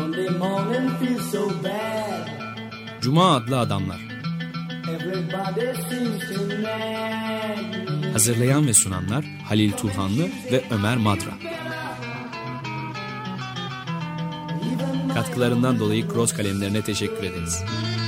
Cuma adlı adamlar. Hazırlayan ve sunanlar Halil Turhanlı ve Ömer Madra. Katkılarından dolayı Cross kalemlerine teşekkür ederiz.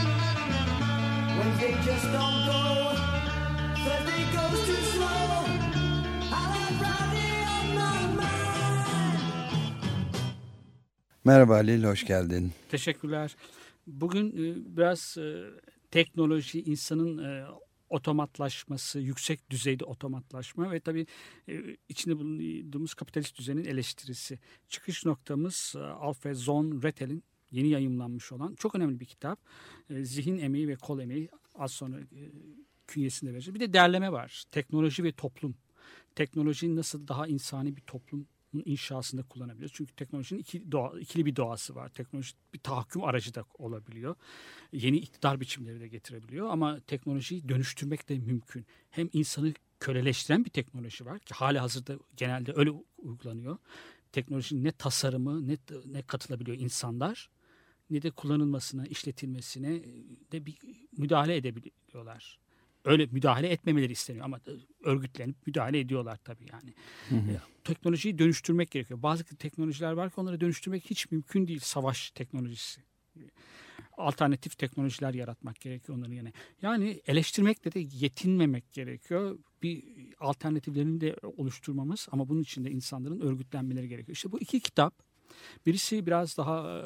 Merhaba Halil, hoş geldin. Teşekkürler. Bugün biraz teknoloji, insanın otomatlaşması, yüksek düzeyde otomatlaşma ve tabii içinde bulunduğumuz kapitalist düzenin eleştirisi. Çıkış noktamız Alfred Zorn Rettel'in yeni yayımlanmış olan çok önemli bir kitap. Zihin emeği ve kol emeği, az sonra künyesinde vereceğim. Bir de derleme var. Teknoloji ve toplum. Teknolojiyi nasıl daha insani bir toplum inşasında kullanabiliyoruz. Çünkü teknolojinin ikili bir doğası var. Teknoloji bir tahakküm aracı da olabiliyor. Yeni iktidar biçimleri de getirebiliyor ama teknolojiyi dönüştürmek de mümkün. Hem insanı köleleştiren bir teknoloji var ki hali hazırda genelde öyle uygulanıyor. Teknolojinin ne tasarımı ne katılabiliyor insanlar ne de kullanılmasına, işletilmesine de bir müdahale edebiliyorlar. Öyle müdahale etmemeleri isteniyor ama örgütlenip müdahale ediyorlar tabii yani. Teknolojiyi dönüştürmek gerekiyor. Bazı teknolojiler var ki onları dönüştürmek hiç mümkün değil. Savaş teknolojisi. Alternatif teknolojiler yaratmak gerekiyor onların yerine. Yani eleştirmekle de yetinmemek gerekiyor. Bir alternatiflerini de oluşturmamız ama bunun için de insanların örgütlenmeleri gerekiyor. İşte bu iki kitap. Birisi biraz daha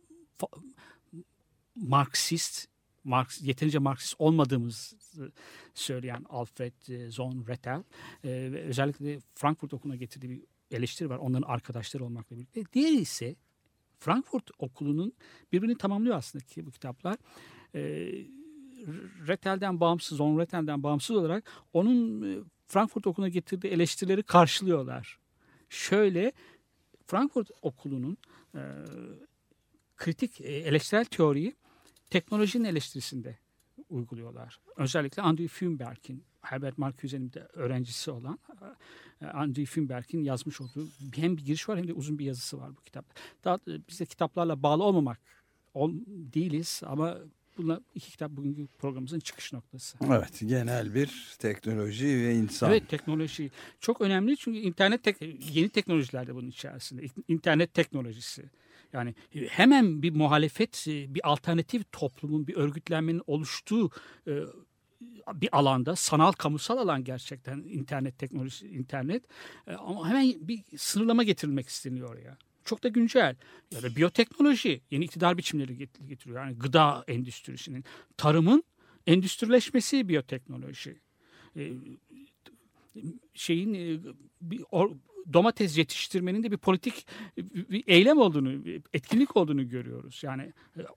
Marksist, yeterince Marksist olmadığımızı söyleyen Alfred Zorn Rettel ve özellikle de Frankfurt Okulu'na getirdiği bir eleştiri var. Onların arkadaşları olmakla birlikte. Diğeri ise Frankfurt Okulu'nun birbirini tamamlıyor aslında ki bu kitaplar. Rettel'den bağımsız, Zorn Rettel'den bağımsız olarak onun Frankfurt Okulu'na getirdiği eleştirileri karşılıyorlar. Şöyle, Frankfurt Okulu'nun kritik eleştirel teoriyi teknolojinin eleştirisinde uyguluyorlar. Özellikle Andrew Fünberg'in, Herbert Marcuse'nin de öğrencisi olan Andrew Fünberg'in yazmış olduğu hem bir giriş var hem de uzun bir yazısı var bu kitapta. Daha biz de kitaplarla bağlı olmamak değiliz ama bunlar iki kitap bugünkü programımızın çıkış noktası. Evet, genel bir teknoloji ve insan. Evet, teknoloji çok önemli çünkü yeni teknolojiler de bunun içerisinde. İnternet teknolojisi. Yani hemen bir muhalefet, bir alternatif toplumun, bir örgütlenmenin oluştuğu bir alanda, sanal, kamusal alan gerçekten internet teknolojisi, ama hemen bir sınırlama getirilmek isteniyor oraya. Çok da güncel. Ya da biyoteknoloji, yeni iktidar biçimleri getiriyor. Yani gıda endüstrisinin, tarımın endüstrileşmesi biyoteknoloji. Domates yetiştirmenin de bir politik bir eylem olduğunu, etkinlik olduğunu görüyoruz. Yani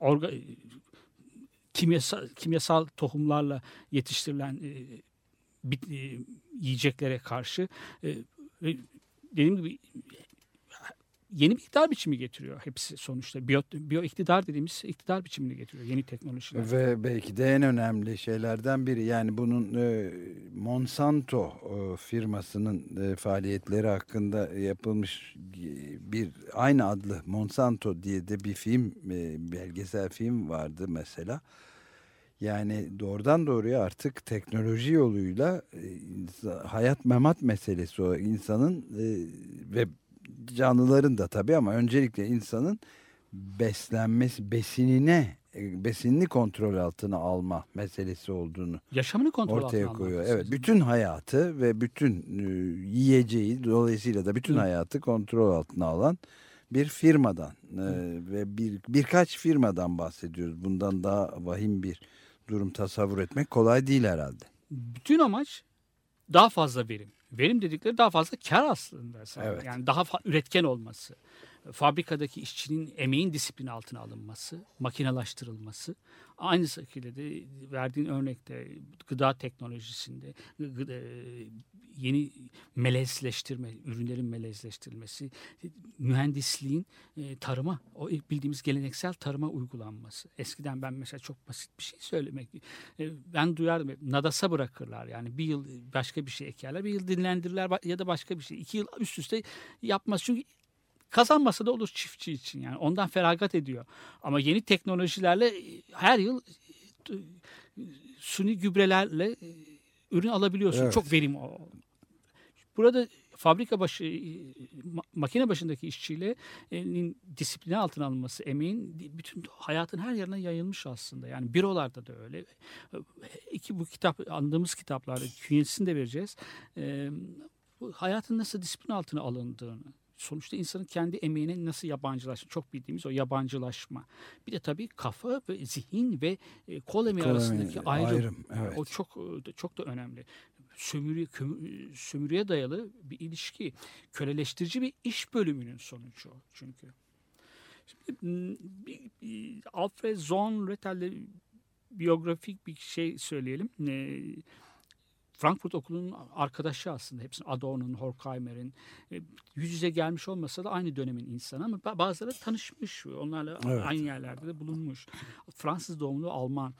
kimyasal tohumlarla yetiştirilen yiyeceklere karşı dediğim gibi yeni bir iktidar biçimi getiriyor hepsi sonuçta. Biyo iktidar dediğimiz iktidar biçimini getiriyor yeni teknolojiler. Ve belki de en önemli şeylerden biri yani bunun Monsanto firmasının faaliyetleri hakkında yapılmış bir aynı adlı Monsanto diye de bir film, belgesel film vardı mesela. Yani doğrudan doğruya artık teknoloji yoluyla hayat memat meselesi o insanın ve canlıların da tabii ama öncelikle insanın beslenmesi, besinini kontrol altına alma meselesi olduğunu yaşamını kontrol ortaya altına koyuyor. almak. Evet, bütün hayatı ve bütün yiyeceği dolayısıyla da bütün hayatı kontrol altına alan bir firmadan ve birkaç firmadan bahsediyoruz. Bundan daha vahim bir durum tasavvur etmek kolay değil herhalde. Bütün amaç daha fazla verim. Verim dedikleri daha fazla kar aslında. Evet. Yani daha üretken olması. Fabrikadaki işçinin emeğin disiplin altına alınması, makinelaştırılması. Aynı şekilde de verdiğin örnekte gıda teknolojisinde yeni melezleştirme, ürünlerin melezleştirilmesi, mühendisliğin tarıma, o bildiğimiz geleneksel tarıma uygulanması. Eskiden ben mesela çok basit bir şey söylemek, ben duyardım, nadasa bırakırlar. Yani bir yıl başka bir şey ekerler, bir yıl dinlendirirler ya da başka bir şey. 2 yıl üst üste yapmaz çünkü kazanmasa da olur çiftçi için, yani ondan feragat ediyor. Ama yeni teknolojilerle her yıl suni gübrelerle ürün alabiliyorsun. Evet. Çok verim o. Burada fabrika başı, makine başındaki işçinin disipline altına alınması, emeğin bütün hayatın her yerine yayılmış aslında. Yani bürolarda da öyle. Bu kitap, andığımız kitaplarda künyesini de vereceğiz. Bu hayatın nasıl disiplin altına alındığını, sonuçta insanın kendi emeğine nasıl yabancılaşma, çok bildiğimiz o yabancılaşma. Bir de tabii kafa ve zihin ve kol emeği arasındaki ayrım. Evet. O çok da önemli. Sömürüye dayalı bir ilişki, köleleştirici bir iş bölümünün sonucu çünkü. Şimdi, Alfred von Rethel'le biyografik bir şey söyleyelim. Frankfurt Okulu'nun arkadaşı aslında. Hepsinin Adorno'nun, Horkheimer'in yüz yüze gelmiş olmasa da aynı dönemin insanı ama bazıları tanışmış. Onlarla aynı yerlerde de bulunmuş. Fransız doğumlu Alman.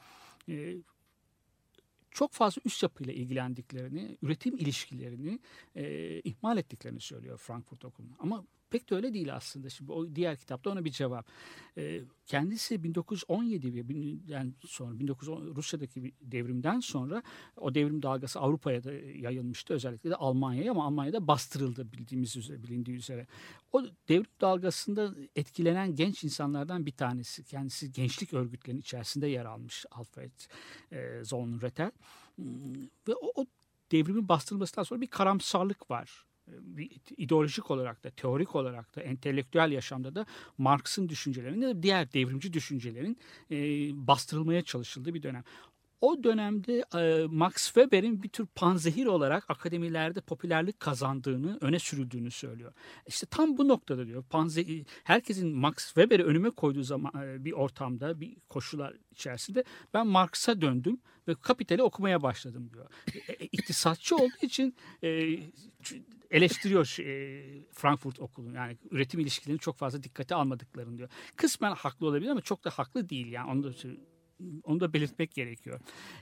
Çok fazla üst yapıyla ilgilendiklerini, üretim ilişkilerini ihmal ettiklerini söylüyor Frankfurt Okulu'nun. Ama pek de öyle değil aslında. Şimdi o diğer kitapta ona bir cevap. Kendisi 1917'den sonra, Rusya'daki bir devrimden sonra o devrim dalgası Avrupa'ya da yayılmıştı. Özellikle de Almanya'ya, ama Almanya'da bastırıldı bilindiği üzere. O devrim dalgasında etkilenen genç insanlardan bir tanesi. Kendisi gençlik örgütlerinin içerisinde yer almış Alfred von Rethel. Ve o devrimin bastırılmasından sonra bir karamsarlık var. İdeolojik olarak da, teorik olarak da, entelektüel yaşamda da Marx'ın düşüncelerinin ya da diğer devrimci düşüncelerin bastırılmaya çalışıldığı bir dönem. O dönemde Max Weber'in bir tür panzehir olarak akademilerde popülerlik kazandığını, öne sürüldüğünü söylüyor. İşte tam bu noktada diyor, herkesin Max Weber'i önüme koyduğu zaman bir ortamda, bir koşullar içerisinde ben Marx'a döndüm ve Kapital'i okumaya başladım diyor. İktisatçı olduğu için eleştiriyor Frankfurt Okulu. Yani üretim ilişkilerini çok fazla dikkate almadıklarını diyor. Kısmen haklı olabilir ama çok da haklı değil. Yani onu da belirtmek gerekiyor.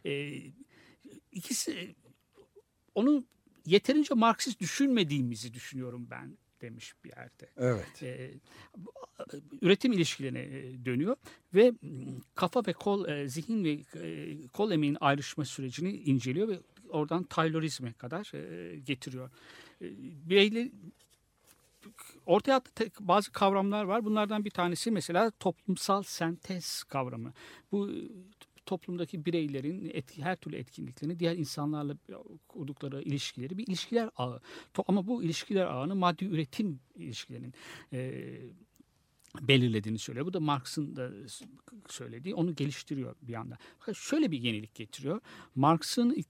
İkisi onu yeterince Marksist düşünmediğimizi düşünüyorum ben demiş bir yerde. Evet. Üretim ilişkilerine dönüyor ve kafa ve kol, zihin ve kol emeğin ayrışma sürecini inceliyor ve oradan Taylorizme kadar getiriyor. Bireyleri ortaya attığı bazı kavramlar var. Bunlardan bir tanesi mesela toplumsal sentez kavramı. Bu toplumdaki bireylerin her türlü etkinliklerini, diğer insanlarla kurdukları ilişkileri bir ilişkiler ağı. Ama bu ilişkiler ağını maddi üretim ilişkilerinin belirlediğini söylüyor. Bu da Marx'ın da söylediği, onu geliştiriyor bir anda. Fakat şöyle bir yenilik getiriyor. Marx'ın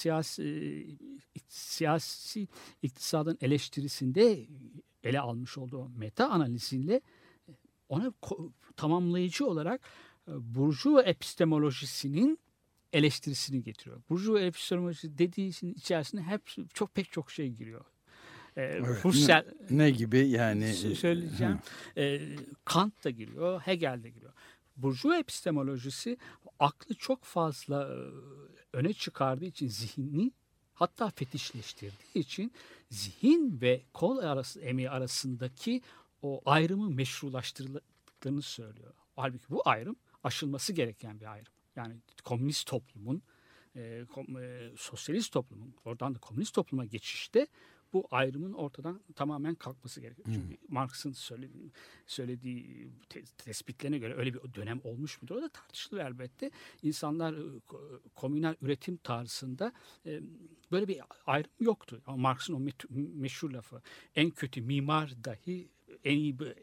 siyasi iktisadın eleştirisinde ele almış olduğu meta analiziyle ona tamamlayıcı olarak Burjuva epistemolojisinin eleştirisini getiriyor. Burjuva epistemolojisi dediği için içerisine pek çok şey giriyor. Evet, Husserl, ne gibi yani? Söyleyeceğim. Kant da giriyor, Hegel de giriyor. Burjuva epistemolojisi aklı çok fazla öne çıkardığı için, zihni hatta fetişleştirdiği için zihin ve kol emeği arasındaki o ayrımı meşrulaştırdıklarını söylüyor. Halbuki bu ayrım aşılması gereken bir ayrım. Yani komünist toplumun, sosyalist toplumun, oradan da komünist topluma geçişte bu ayrımın ortadan tamamen kalkması gerekiyor. Çünkü Marx'ın söylediği tespitlerine göre öyle bir dönem olmuş mudur? O da tartışılır elbette. İnsanlar komünel üretim tarzında böyle bir ayrım yoktu. Ama Marx'ın o meşhur lafı, en kötü mimar dahi en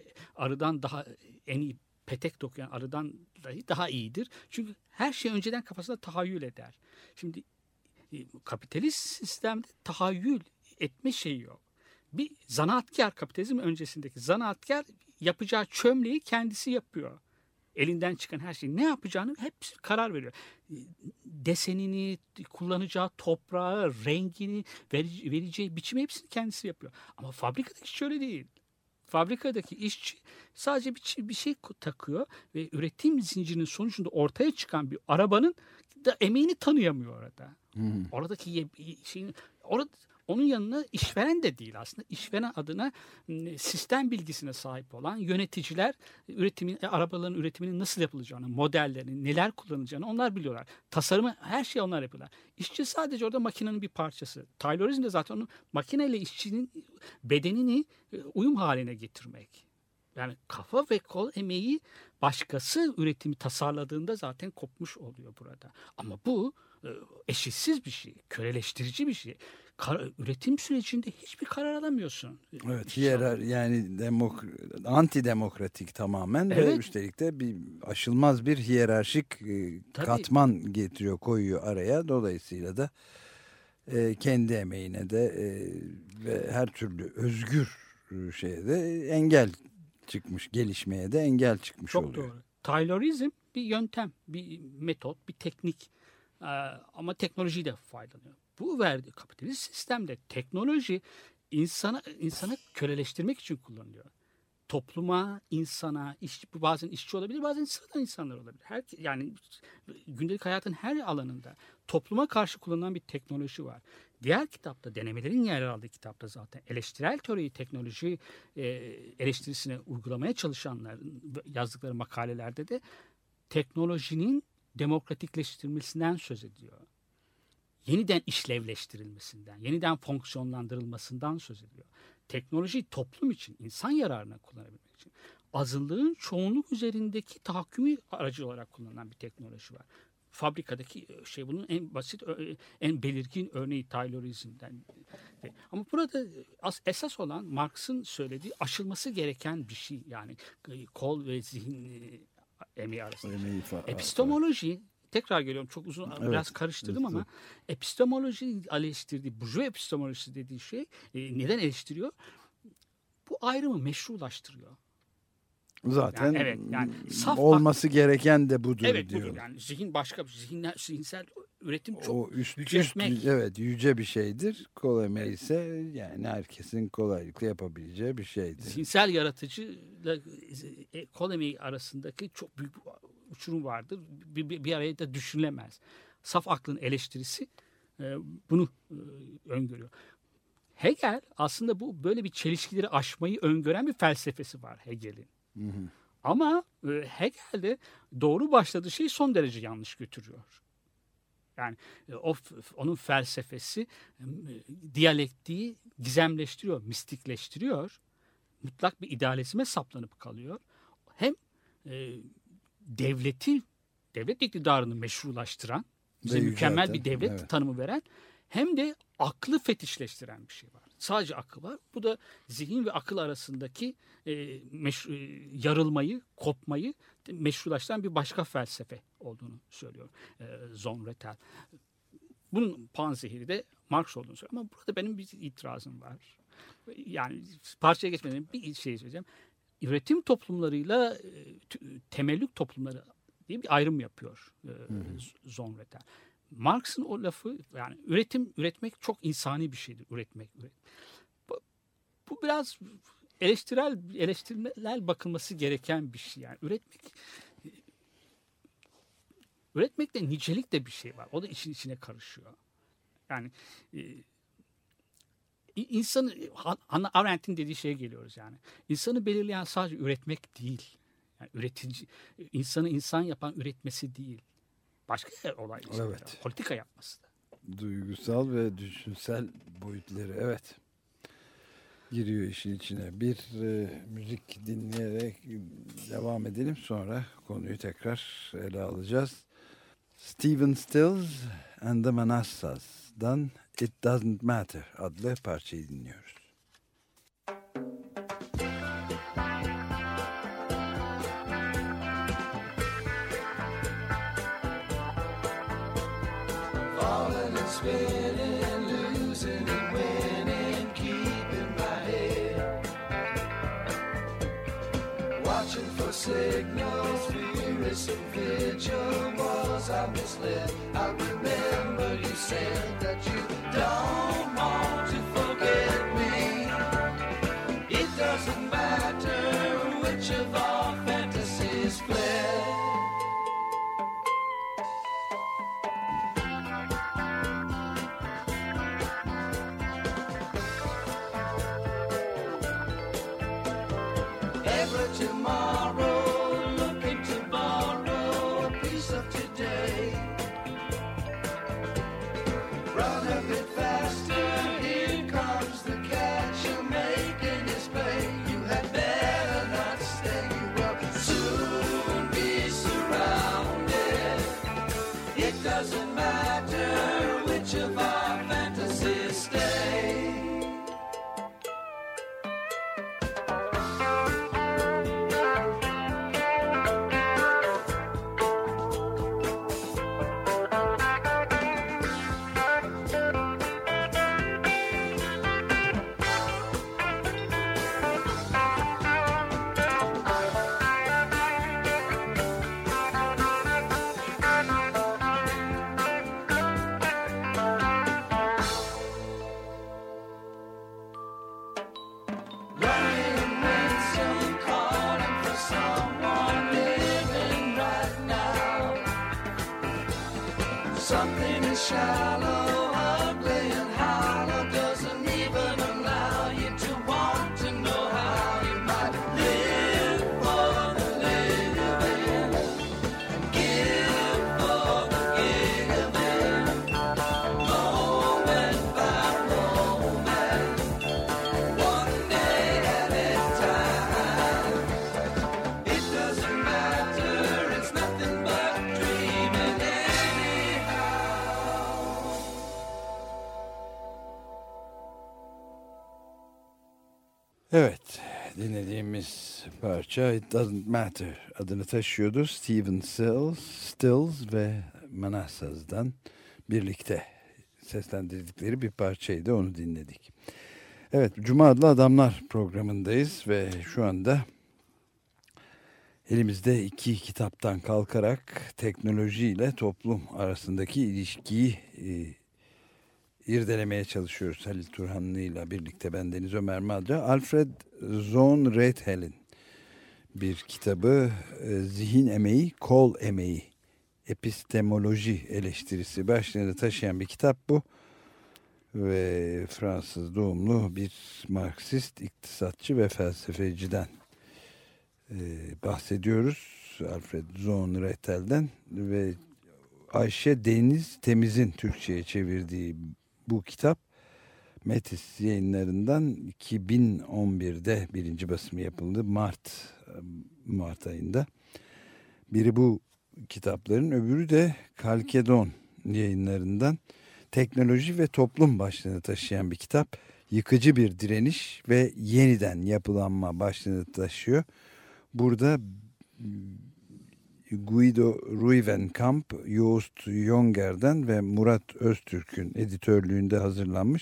iyi petek dokuyan arıdan dahi daha iyidir. Çünkü her şey önceden kafasında tahayyül eder. Şimdi kapitalist sistemde tahayyül etme şeyi yok. Bir zanaatkar, kapitalizm öncesindeki zanaatkar yapacağı çömleği kendisi yapıyor. Elinden çıkan her şeyi ne yapacağını hepsi karar veriyor. Desenini, kullanacağı toprağı, rengini, vereceği biçimi hepsini kendisi yapıyor. Ama fabrikadaki şöyle değil. Fabrikadaki işçi sadece bir şey takıyor ve üretim zincirinin sonucunda ortaya çıkan bir arabanın da emeğini tanıyamıyor orada. Oradaki şeyin onun yanına işveren de değil aslında. İşveren adına sistem bilgisine sahip olan yöneticiler arabaların üretiminin nasıl yapılacağını, modellerini, neler kullanılacağını onlar biliyorlar. Tasarımı, her şeyi onlar yapıyorlar. İşçi sadece orada makinenin bir parçası. Taylorizm de zaten onu makineyle işçinin bedenini uyum haline getirmek. Yani kafa ve kol emeği başkası üretimi tasarladığında zaten kopmuş oluyor burada. Ama bu eşitsiz bir şey, köleleştirici bir şey. Üretim sürecinde hiçbir karar alamıyorsun. Evet, yani antidemokratik tamamen ve üstelik de bir aşılmaz bir hiyerarşik katman koyuyor araya. Dolayısıyla da kendi emeğine de ve her türlü özgür şeye de engel çıkmış, gelişmeye de engel çıkmış çok oluyor. Çok doğru. Taylorizm bir yöntem, bir metot, bir teknik ama teknolojiyi de faydalanıyor. Bu verdiği kapitalist sistemde teknoloji insanı köleleştirmek için kullanılıyor. Topluma, insana, bazen işçi olabilir, bazen sıradan insanlar olabilir. Yani gündelik hayatın her alanında topluma karşı kullanılan bir teknoloji var. Diğer kitapta, denemelerin yer aldığı kitapta zaten eleştirel teoriyi teknoloji eleştirisine uygulamaya çalışanların yazdıkları makalelerde de teknolojinin demokratikleştirilmesinden söz ediyor. Yeniden işlevleştirilmesinden, yeniden fonksiyonlandırılmasından söz ediyor. Teknolojiyi toplum için, insan yararına kullanabilmek için azınlığın çoğunluk üzerindeki tahakkümü aracı olarak kullanılan bir teknoloji var. Fabrikadaki bunun en basit, en belirgin örneği Taylorizm'den. Ama burada esas olan Marx'ın söylediği aşılması gereken bir şey. Yani kol ve zihin emeği arasında. Epistemoloji, tekrar geliyorum çok uzun, biraz karıştırdım ama epistemoloji eleştirdiği, burjuva epistemolojisi dediği şey neden eleştiriyor? Bu ayrımı meşrulaştırıyor. Zaten yani olması gereken de budur diyor. Budur. Yani zihin başka bir zihinsel üretim çok o yüce bir şeydir. Kol emeği ise yani herkesin kolaylıkla yapabileceği bir şeydir. Zihinsel yaratıcıyla kol emeği arasındaki çok büyük bir uçurum vardır. Bir araya da düşünülemez. Saf aklın eleştirisi bunu öngörüyor. Hegel aslında böyle bir çelişkileri aşmayı öngören bir felsefesi var Hegel'in. Hı hı. Ama Hegel'de doğru başladığı şeyi son derece yanlış götürüyor. Yani onun felsefesi diyalektiği gizemleştiriyor, mistikleştiriyor. Mutlak bir idealizme saplanıp kalıyor. Hem devlet iktidarını meşrulaştıran, bize mükemmel bir devlet tanımı veren, hem de aklı fetişleştiren bir şey var. Sadece akıl var. Bu da zihin ve akıl arasındaki yarılmayı, kopmayı meşrulaştıran bir başka felsefe olduğunu söylüyor Zonretel. Bunun panzehiri de Marx olduğunu söylüyor. Ama burada benim bir itirazım var. Yani parçaya geçmeden bir şey söyleyeceğim. Üretim toplumlarıyla temellük toplumları diye bir ayrım yapıyor Zonretel. Marx'ın o lafı, yani üretmek çok insani bir şeydir. Üretmek. Bu biraz eleştiriler bakılması gereken bir şey. Yani üretmekte nicelik de bir şey var. O da işin içine karışıyor. Yani insanı, Hannah Arendt'in dediği şeye geliyoruz yani. İnsanı belirleyen sadece üretmek değil. Yani insanı insan yapan üretmesi değil. Başka olay. Evet. Politika yapması da. Duygusal ve düşünsel boyutları giriyor işin içine. Bir müzik dinleyerek devam edelim. Sonra konuyu tekrar ele alacağız. Stephen Stills and the Manassas'dan It Doesn't Matter adlı parçayı dinliyoruz. Spinning, losing and winning, keeping my head. Watching for signals, furious and vigil. Was I misled? I remember you said that you don't want to forget me. It doesn't matter which of our fantasies fled. tomorrow, looking to borrow a piece of today. Run a bit faster, here comes the catch. You're making his pay. You had better not stay. You will soon be surrounded. It doesn't matter which of our fantasies stay. Something is shallow, ugly and hollow, doesn't even allow you to want to know how you might live for the living and give for the giving, moment by moment, one day at a time. It doesn't matter, it's nothing but dreaming anyhow. Evet, dinlediğimiz parça It Doesn't Matter adını taşıyordu. Stephen Stills ve Manassas'dan birlikte seslendirdikleri bir parçaydı, onu dinledik. Evet, Cuma Adlı Adamlar programındayız ve şu anda elimizde iki kitaptan kalkarak teknoloji ile toplum arasındaki ilişkiyi irdelemeye çalışıyoruz. Halil Turhanlı ile birlikte ben Deniz Ömer Madra. Alfred von Rethel'in bir kitabı, Zihin Emeği, Kol Emeği, Epistemoloji Eleştirisi başlığını taşıyan bir kitap bu. Ve Fransız doğumlu bir Marksist, iktisatçı ve felsefeciden bahsediyoruz. Alfred von Rethel'den ve Ayşe Deniz Temiz'in Türkçe'ye çevirdiği bu kitap Metis yayınlarından 2011'de birinci basımı yapıldı. Mart ayında. Biri bu kitapların, öbürü de Kalkedon yayınlarından Teknoloji ve Toplum başlığını taşıyan bir kitap. Yıkıcı bir direniş ve yeniden yapılanma başlığını taşıyor. Burada Guido Ruivenkamp, Joost Jonger'den ve Murat Öztürk'ün editörlüğünde hazırlanmış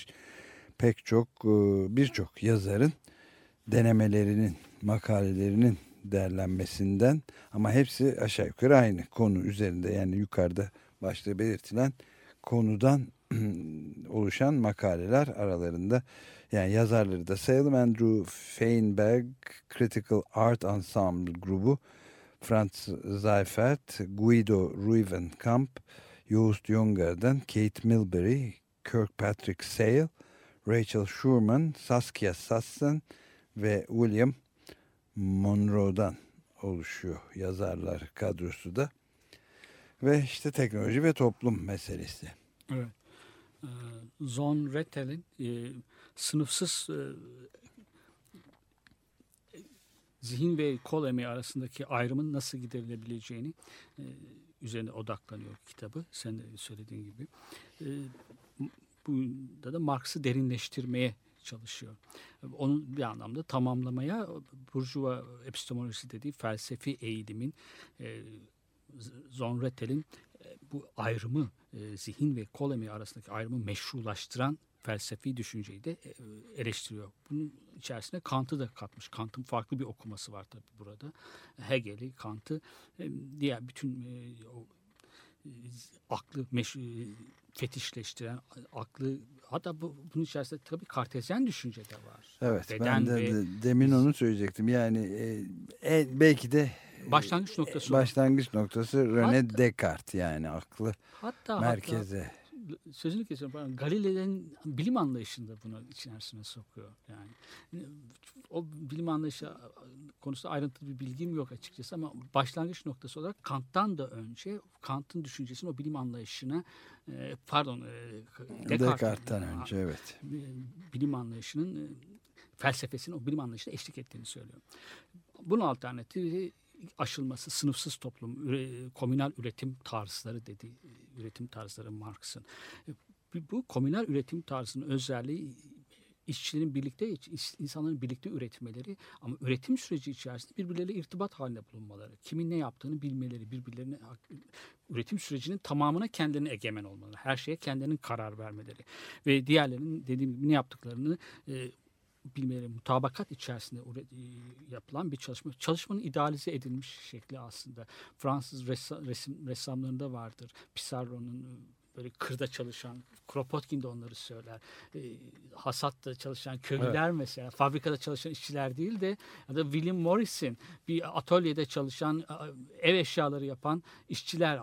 birçok yazarın denemelerinin, makalelerinin derlenmesinden, ama hepsi aşağı yukarı aynı konu üzerinde, yani yukarıda başta belirtilen konudan oluşan makaleler aralarında. Yani yazarları da sayalım: Andrew Feinberg, Critical Art Ensemble grubu, Franz Seifert, Guido Ruivenkamp, Joost Jonger'den Kate Milbury, Kirkpatrick Sale, Rachel Schurman, Saskia Sassen ve William Monroe'dan oluşuyor yazarlar kadrosu da. Ve işte teknoloji ve toplum meselesi. Evet. Von Rethel'in sınıfsız zihin ve kol emeği arasındaki ayrımın nasıl giderilebileceğini üzerine odaklanıyor kitabı. Sen de söylediğin gibi. Burada da Marx'ı derinleştirmeye çalışıyor. Onu bir anlamda tamamlamaya, Burjuva epistemolojisi dediği felsefi eğilimin, Von Rethel'in bu ayrımı, zihin ve kol emeği arasındaki ayrımı meşrulaştıran felsefi düşünceyi de eleştiriyor. Bunun içerisine Kant'ı da katmış. Kant'ın farklı bir okuması var tabii burada. Hegel'i, Kant'ı, diğer bütün aklı fetişleştiren, aklı, hatta bunun içerisinde tabii Kartezyen düşünce de var. Evet, Beden ben de demin onu söyleyecektim. Yani belki de başlangıç noktası René Descartes, yani aklı merkeze. Sözünü kesiyorum. Galile'nin bilim anlayışında bunu içerisine sokuyor. Yani o bilim anlayışı konusunda ayrıntılı bir bilgim yok açıkçası ama başlangıç noktası olarak Kant'tan da önce Kant'ın düşüncesinin o bilim anlayışına Descartes'ten önce evet. Bilim anlayışının felsefesinin o bilim anlayışına eşlik ettiğini söylüyorum. Bunun alternatifi aşılması sınıfsız toplum, komünal üretim tarzları dediği üretim tarzları Marx'ın. Bu komünal üretim tarzının özelliği işçilerin birlikte, insanların birlikte üretmeleri ama üretim süreci içerisinde birbirleriyle irtibat halinde bulunmaları, kimin ne yaptığını bilmeleri, birbirlerine üretim sürecinin tamamına kendilerine egemen olmaları, her şeye kendilerinin karar vermeleri ve diğerlerinin dediğim gibi ne yaptıklarını bilmeleri, mutabakat içerisinde yapılan bir çalışma. Çalışmanın idealize edilmiş şekli aslında. Fransız ressamlarında vardır. Pissarro'nun böyle kırda çalışan, Kropotkin de onları söyler. Hasatta çalışan köylüler mesela, fabrikada çalışan işçiler değil de ya da William Morris'in bir atölyede çalışan, ev eşyaları yapan işçiler,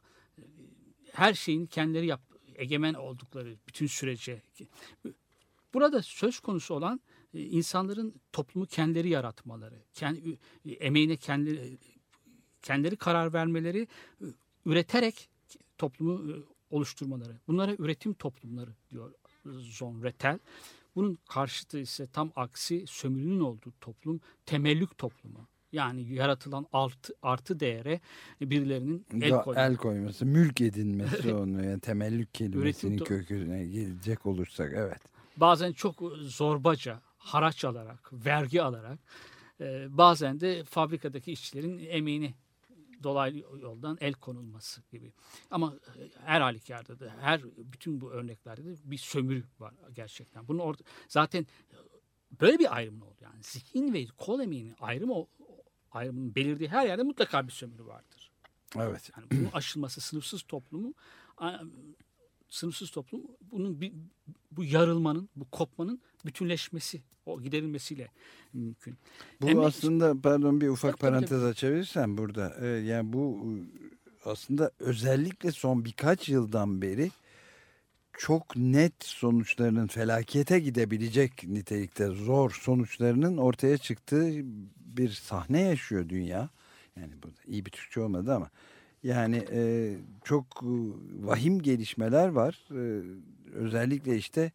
her şeyin kendileri egemen oldukları bütün sürece. Burada söz konusu olan insanların toplumu kendileri yaratmaları, emeğine kendileri karar vermeleri, üreterek toplumu oluşturmaları. Bunlara üretim toplumları diyor Jean Rettel. Bunun karşıtı ise tam aksi sömürünün olduğu toplum, temellük toplumu. Yani yaratılan artı değere birilerinin el koyması, mülk edinmesi onu yani temellük kelimesinin köküne gelecek olursak evet. Bazen çok zorbaca, haraç alarak, vergi alarak, bazen de fabrikadaki işçilerin emeğini dolaylı yoldan el konulması gibi. Ama her halükarda da bütün bu örneklerde de bir sömürü var gerçekten. Bunun zaten böyle bir ayrımın oldu yani zihin ve kol emeğinin ayrımının belirdiği her yerde mutlaka bir sömürü vardır. Evet. Yani bunun aşılması sınıfsız toplum bunun bu yarılmanın, bu kopmanın bütünleşmesi, o giderilmesiyle mümkün. Bu aslında bir ufak parantez açabilirsem burada yani bu aslında özellikle son birkaç yıldan beri çok net sonuçlarının felakete gidebilecek nitelikte zor sonuçlarının ortaya çıktığı bir sahne yaşıyor dünya. Yani bu iyi bir Türkçe olmadı ama yani çok vahim gelişmeler var. Özellikle işte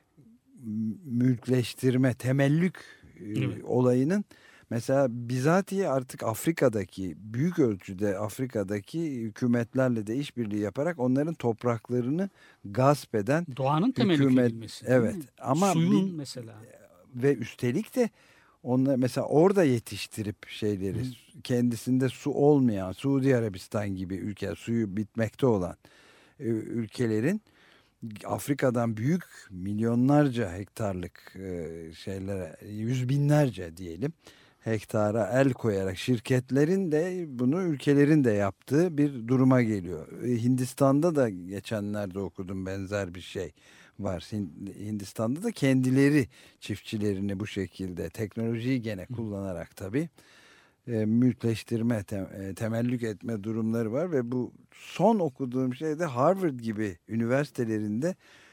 mülkleştirme, temellük olayının mesela bizatihi artık Afrika'daki büyük ölçüde Afrika'daki hükümetlerle de işbirliği yaparak onların topraklarını gasp eden doğanın temellük edilmesi. Evet. Ama suyun mesela ve üstelik de onlar mesela orada yetiştirip şeyleri kendisinde su olmayan Suudi Arabistan gibi ülke suyu bitmekte olan ülkelerin Afrika'dan büyük milyonlarca hektarlık şeylere yüz binlerce diyelim hektara el koyarak şirketlerin de bunu ülkelerin de yaptığı bir duruma geliyor. Hindistan'da da geçenlerde okudum benzer bir şey var. Hindistan'da da kendileri çiftçilerini bu şekilde teknolojiyi gene kullanarak tabii mülkleştirme, temellük etme durumları var ve bu son okuduğum şey de Harvard gibi üniversitelerinde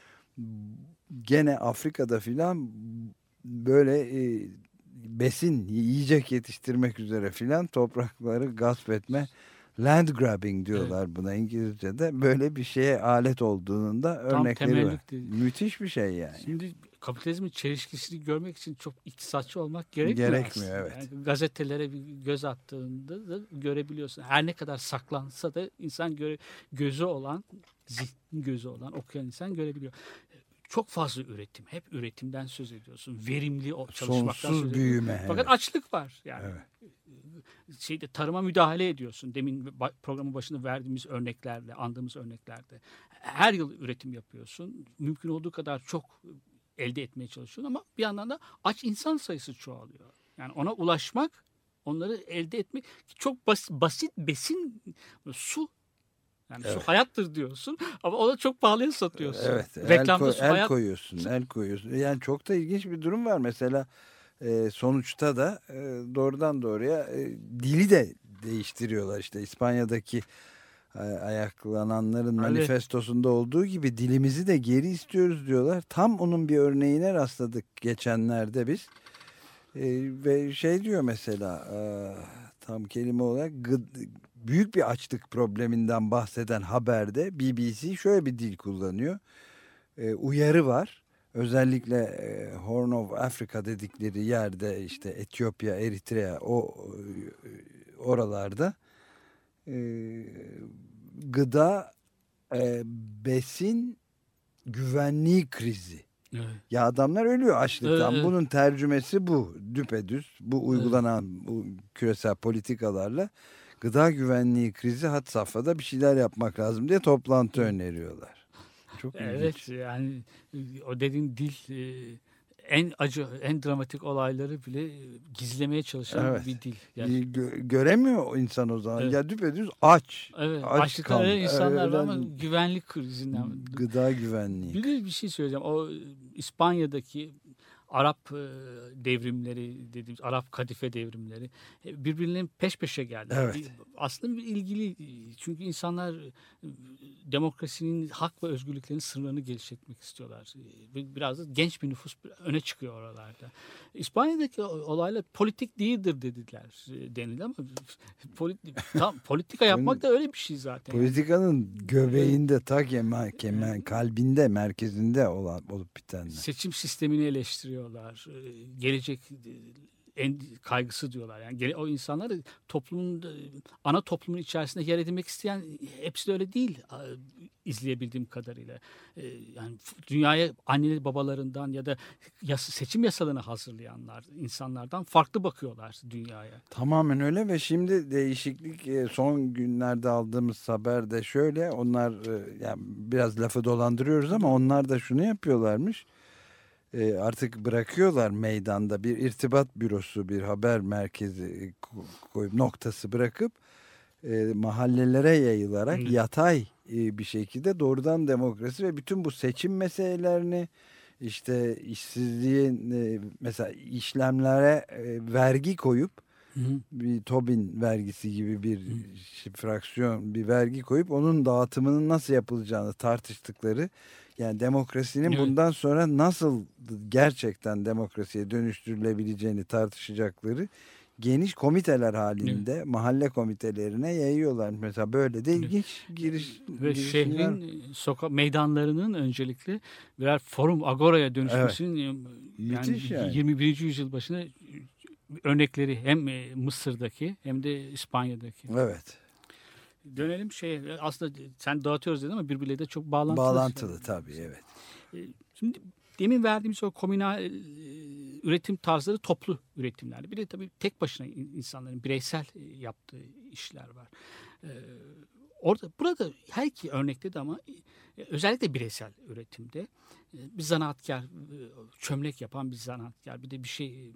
gene Afrika'da filan böyle besin, yiyecek yetiştirmek üzere filan toprakları gasp etme, land grabbing diyorlar buna İngilizce'de. Böyle bir şeye alet olduğunun da örnekleri var. Müthiş bir şey yani. Şimdi kapitalizmin çelişkisini görmek için çok iktisatçı olmak gerekmiyor evet. Yani gazetelere bir göz attığında da görebiliyorsun. Her ne kadar saklansa da insan gözü olan, zihnin gözü olan okuyan insan görebiliyor. Çok fazla üretim. Hep üretimden söz ediyorsun. Verimli çalışmaktan sonsuz büyüme. Fakat açlık var yani. Evet. Tarıma müdahale ediyorsun. Demin programın başında verdiğimiz örneklerle, andığımız örneklerde. Her yıl üretim yapıyorsun. Mümkün olduğu kadar çok elde etmeye çalışıyorsun ama bir yandan da aç insan sayısı çoğalıyor. Yani ona ulaşmak, onları elde etmek çok basit besin, su. Yani su hayattır diyorsun ama onu çok pahalıya satıyorsun. Evet. Reklamda el koyuyorsun. Yani çok da ilginç bir durum var. Mesela sonuçta da doğrudan doğruya dili de değiştiriyorlar. İşte İspanya'daki ayaklananların manifestosunda olduğu gibi dilimizi de geri istiyoruz diyorlar. Tam onun bir örneğine rastladık geçenlerde biz. Ve şey diyor mesela tam kelime olarak büyük bir açlık probleminden bahseden haberde BBC şöyle bir dil kullanıyor. Uyarı var. Özellikle Horn of Africa dedikleri yerde işte Etiyopya, Eritrea oralarda gıda, besin güvenliği krizi. Evet. Ya adamlar ölüyor açlıktan. Evet. Bunun tercümesi bu. Düpedüz. Bu uygulanan bu küresel politikalarla gıda güvenliği krizi had safhada bir şeyler yapmak lazım diye toplantı öneriyorlar. Çok ilginç. Evet, yani o dediğin dil en acı, en dramatik olayları bile gizlemeye çalışan bir dil. Yani. Göremiyor insan o zaman. Evet. Ya düpedüz aç. Evet, aç açlıktan ölen insanlar var ama ölen güvenlik krizinden. gıda güvenliği. Bir şey söyleyeceğim. O İspanya'daki Arap devrimleri dediğimiz Arap kadife devrimleri birbirlerinin peş peşe geldi. Evet. Aslında bir ilgili, çünkü insanlar demokrasinin, hak ve özgürlüklerin sınırlarını genişletmek istiyorlar. Biraz da genç bir nüfus öne çıkıyor oralarda. İspanya'daki olaylar politik değildir dediler denildi ama politika yapmak da öyle bir şey zaten. Politikanın göbeğinde, ta kalbinde, merkezinde olup bitenler. Seçim sistemini eleştiriyorlar. Gelecek en kaygısı diyorlar. Yani o insanlar toplumun, ana toplumun içerisinde yer edinmek isteyen, hepsi de öyle değil izleyebildiğim kadarıyla. Yani dünyaya anne babalarından ya da seçim yasalarını hazırlayanlar, insanlardan farklı bakıyorlar dünyaya. Tamamen öyle ve şimdi değişiklik, son günlerde aldığımız haber de şöyle, onlar yani biraz lafı dolandırıyoruz ama onlar da şunu yapıyorlarmış. Artık bırakıyorlar meydanda bir irtibat bürosu, bir haber merkezi koyup noktası bırakıp mahallelere yayılarak yatay bir şekilde doğrudan demokrasi ve bütün bu seçim meselelerini, işte işsizliğin mesela işlemlere vergi koyup bir Tobin vergisi gibi bir fraksiyon bir vergi koyup onun dağıtımının nasıl yapılacağını tartıştıkları, yani demokrasinin bundan sonra nasıl gerçekten demokrasiye dönüştürülebileceğini tartışacakları geniş komiteler halinde mahalle komitelerine yayıyorlar. Mesela böyle de ilginç ve şehrin meydanlarının öncelikle birer forum, agoraya dönüşmesinin yani 21. yüzyıl başında örnekleri hem Mısır'daki hem de İspanya'daki. Evet. Dönelim aslında sen dağıtıyoruz dedin ama birbirleriyle de çok bağlantılı. Bağlantılı tabii, evet. Şimdi demin verdiğimiz o komünal üretim tarzları toplu üretimler. Bir de tabii tek başına insanların bireysel yaptığı işler var. Burada her iki örnekte de ama özellikle bireysel üretimde bir zanaatkar, çömlek yapan bir zanaatkar, bir de bir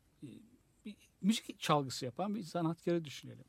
müzik çalgısı yapan bir zanaatkarı düşünelim.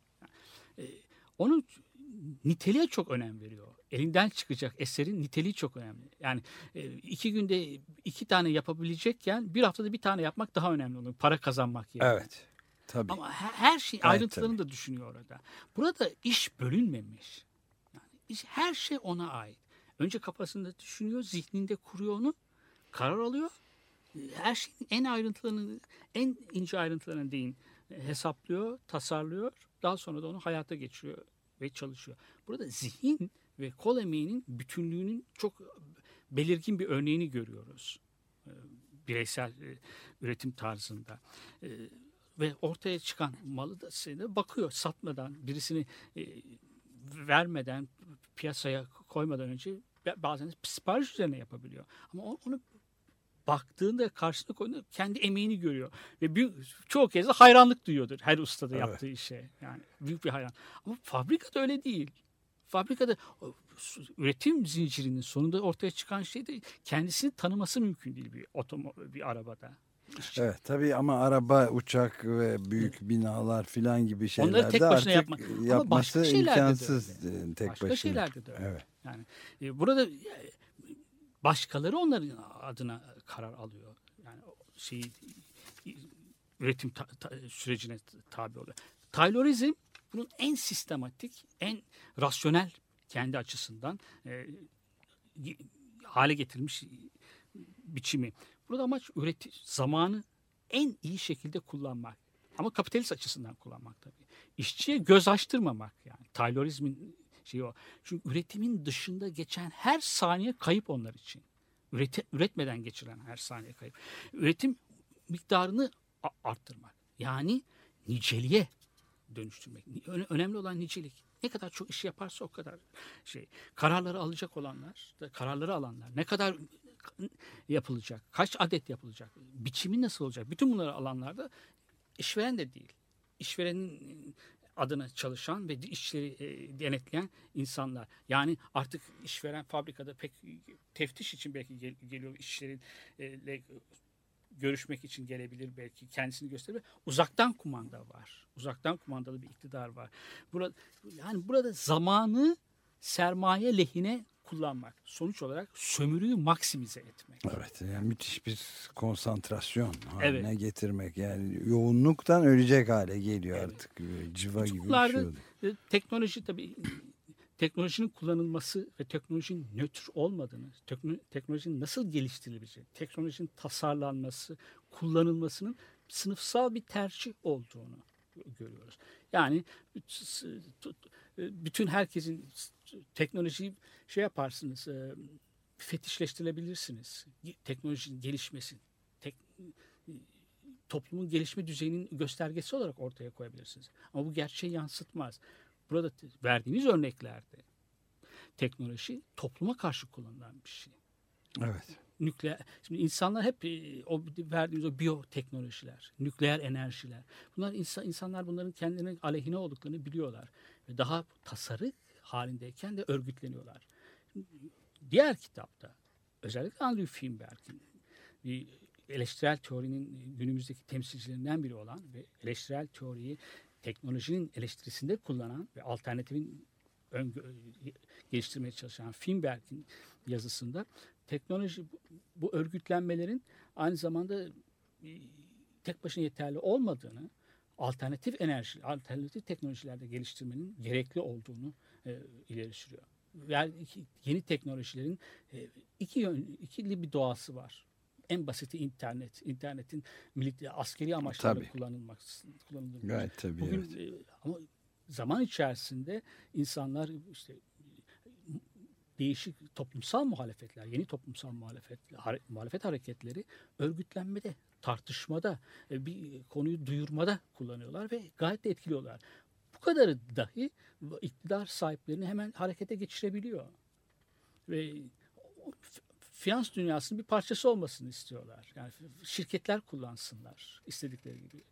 Onun niteliğe çok önem veriyor. Elinden çıkacak eserin niteliği çok önemli. Yani 2 günde 2 tane yapabilecekken bir haftada bir tane yapmak daha önemli oluyor. Para kazanmak yerine. Evet. Tabii. Ama her şey ayrıntılarını da düşünüyor orada. Burada iş bölünmemiş. Yani her şey ona ait. Önce kafasında düşünüyor, zihninde kuruyor onu, karar alıyor. Her şeyin en ayrıntılarını, en ince ayrıntılarına değin hesaplıyor, tasarlıyor. Daha sonra da onu hayata geçiriyor ve çalışıyor. Burada zihin ve kol emeğinin bütünlüğünün çok belirgin bir örneğini görüyoruz. Bireysel üretim tarzında. Ve ortaya çıkan malı da bakıyor, satmadan, birisini vermeden, piyasaya koymadan önce bazen sipariş üzerine yapabiliyor. Ama onu baktığında, karşısına koyduğunda kendi emeğini görüyor. Ve çoğu kez de hayranlık duyuyordur her ustada yaptığı işe. Yani büyük bir hayran. Ama fabrikada öyle değil. Fabrikada üretim zincirinin sonunda ortaya çıkan şey de kendisini tanıması mümkün değil bir arabada. Evet tabii ama araba, uçak ve büyük binalar filan gibi şeylerde onları tek başına artık yapması imkansız tek başka başına. şeylerde de öyle. Evet. Yani burada başkaları onların adına karar alıyor. Yani üretim sürecine tabi oluyor. Taylorizm bunun en sistematik, en rasyonel kendi açısından hale getirilmiş biçimi. Burada amaç zamanı en iyi şekilde kullanmak. Ama kapitalist açısından kullanmak tabii. İşçiye göz açtırmamak yani. Taylorizmin şeyi o. Çünkü üretimin dışında geçen her saniye kayıp onlar için. Üretmeden geçiren her saniye kayıp. Üretim miktarını arttırmak. Yani niceliğe dönüştürmek. Önemli olan nicelik. Ne kadar çok iş yaparsa o kadar şey. Kararları alacak olanlar, kararları alanlar, ne kadar yapılacak, kaç adet yapılacak, biçimi nasıl olacak, bütün bunları alanlarda işveren de değil. İşverenin adına çalışan ve işleri denetleyen insanlar. Yani artık işveren fabrikada pek teftiş için belki geliyor, işçileriyle görüşmek için gelebilir, belki kendisini gösterebilir. Uzaktan kumanda var. Uzaktan kumandalı bir iktidar var. Burada zamanı sermaye lehine kullanmak. Sonuç olarak sömürüyü maksimize etmek. Evet, yani müthiş bir konsantrasyon haline getirmek. Yani yoğunluktan ölecek hale geliyor artık. Civa gibi bir şey oldu. Teknoloji tabii, teknolojinin kullanılması ve teknolojinin nötr olmadığını, teknolojinin nasıl geliştirilebileceğini, teknolojinin tasarlanması, kullanılmasının sınıfsal bir tercih olduğunu görüyoruz. Yani bütün herkesin teknolojiyi yaparsınız, fetişleştirebilirsiniz. Teknolojinin gelişmesi, toplumun gelişme düzeyinin göstergesi olarak ortaya koyabilirsiniz. Ama bu gerçeği yansıtmaz. Burada verdiğimiz örneklerde teknoloji topluma karşı kullanılan bir şey. Evet. Şimdi insanlar hep verdiğimiz o biyoteknolojiler, nükleer enerjiler. Bunlar insanlar bunların kendilerine aleyhine olduklarını biliyorlar ve daha tasarı halindeyken de örgütleniyorlar. Diğer kitapta özellikle Andrew Feinberg'in bir eleştirel teorinin günümüzdeki temsilcilerinden biri olan ve eleştirel teoriyi teknolojinin eleştirisinde kullanan ve alternatifin geliştirmeye çalışan Feinberg'in yazısında teknoloji, bu örgütlenmelerin aynı zamanda tek başına yeterli olmadığını, alternatif teknolojilerde geliştirmenin gerekli olduğunu ileri sürüyor. Yani yeni teknolojilerin ikili bir doğası var. En basiti internet. İnternetin askeri amaçlarla kullanıldığı. Gayet tabii. Bugün ama zaman içerisinde insanlar işte değişik toplumsal muhalefetler, yeni toplumsal muhalefet hareketleri örgütlenmede, tartışmada, bir konuyu duyurmada kullanıyorlar ve gayet de etkiliyorlar. Bu kadarı dahi iktidar sahiplerini hemen harekete geçirebiliyor. Ve finans dünyasının bir parçası olmasını istiyorlar. Yani şirketler kullansınlar istedikleri gibi.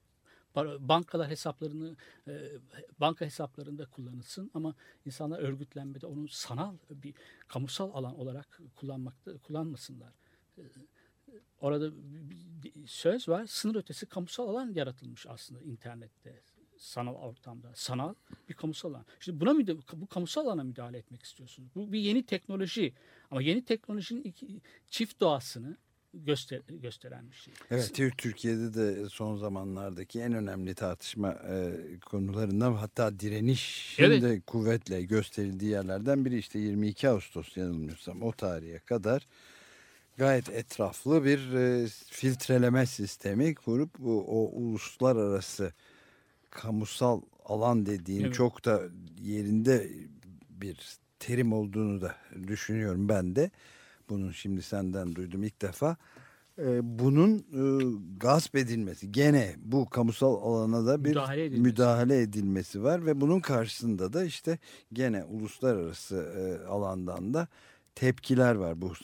Banka hesaplarında kullanılsın ama insanlar örgütlenmede onu sanal bir kamusal alan olarak kullanmasınlar. Orada bir söz var. Sınır ötesi kamusal alan yaratılmış aslında internette, sanal ortamda. Sanal bir kamusal alan. İşte bu kamusal alana müdahale etmek istiyorsunuz. Bu bir yeni teknoloji ama yeni teknolojinin çift doğasını gösteren bir şey. Evet, Türkiye'de de son zamanlardaki en önemli tartışma konularından, hatta direnişin de kuvvetle gösterildiği yerlerden biri, işte 22 Ağustos yanılmıyorsam o tarihe kadar gayet etraflı bir filtreleme sistemi kurup o uluslararası kamusal alan dediğin çok da yerinde bir terim olduğunu da düşünüyorum ben de. Bunun şimdi senden duydum ilk defa. Bunun gasp edilmesi, gene bu kamusal alana da bir müdahale edilmesi var ve bunun karşısında da işte gene uluslararası alandan da tepkiler var. Bu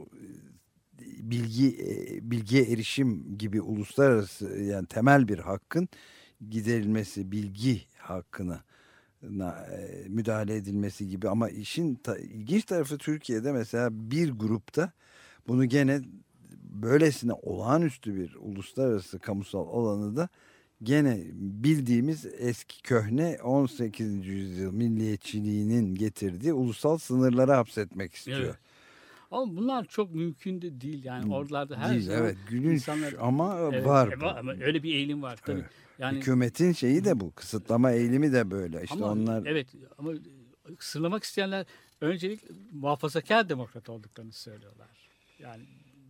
bilgiye erişim gibi uluslararası, yani temel bir hakkın giderilmesi, bilgi hakkına müdahale edilmesi gibi. Ama işin ilginç tarafı, Türkiye'de mesela bir grupta bunu gene böylesine olağanüstü bir uluslararası kamusal alanı da gene bildiğimiz eski köhne 18. yüzyıl milliyetçiliğinin getirdiği ulusal sınırlara hapsetmek istiyor. Evet. Ama bunlar çok mümkün de değil yani, oralarda her zaman evet, gülünç insanlar, ama var. Ama öyle bir eğilim var tabii. Evet. Yani hükümetin şeyi de bu, kısıtlama eğilimi de böyle. İşte ama onlar. Evet, ama sınırlamak isteyenler öncelikle muhafazakar demokrat olduklarını söylüyorlar. Yani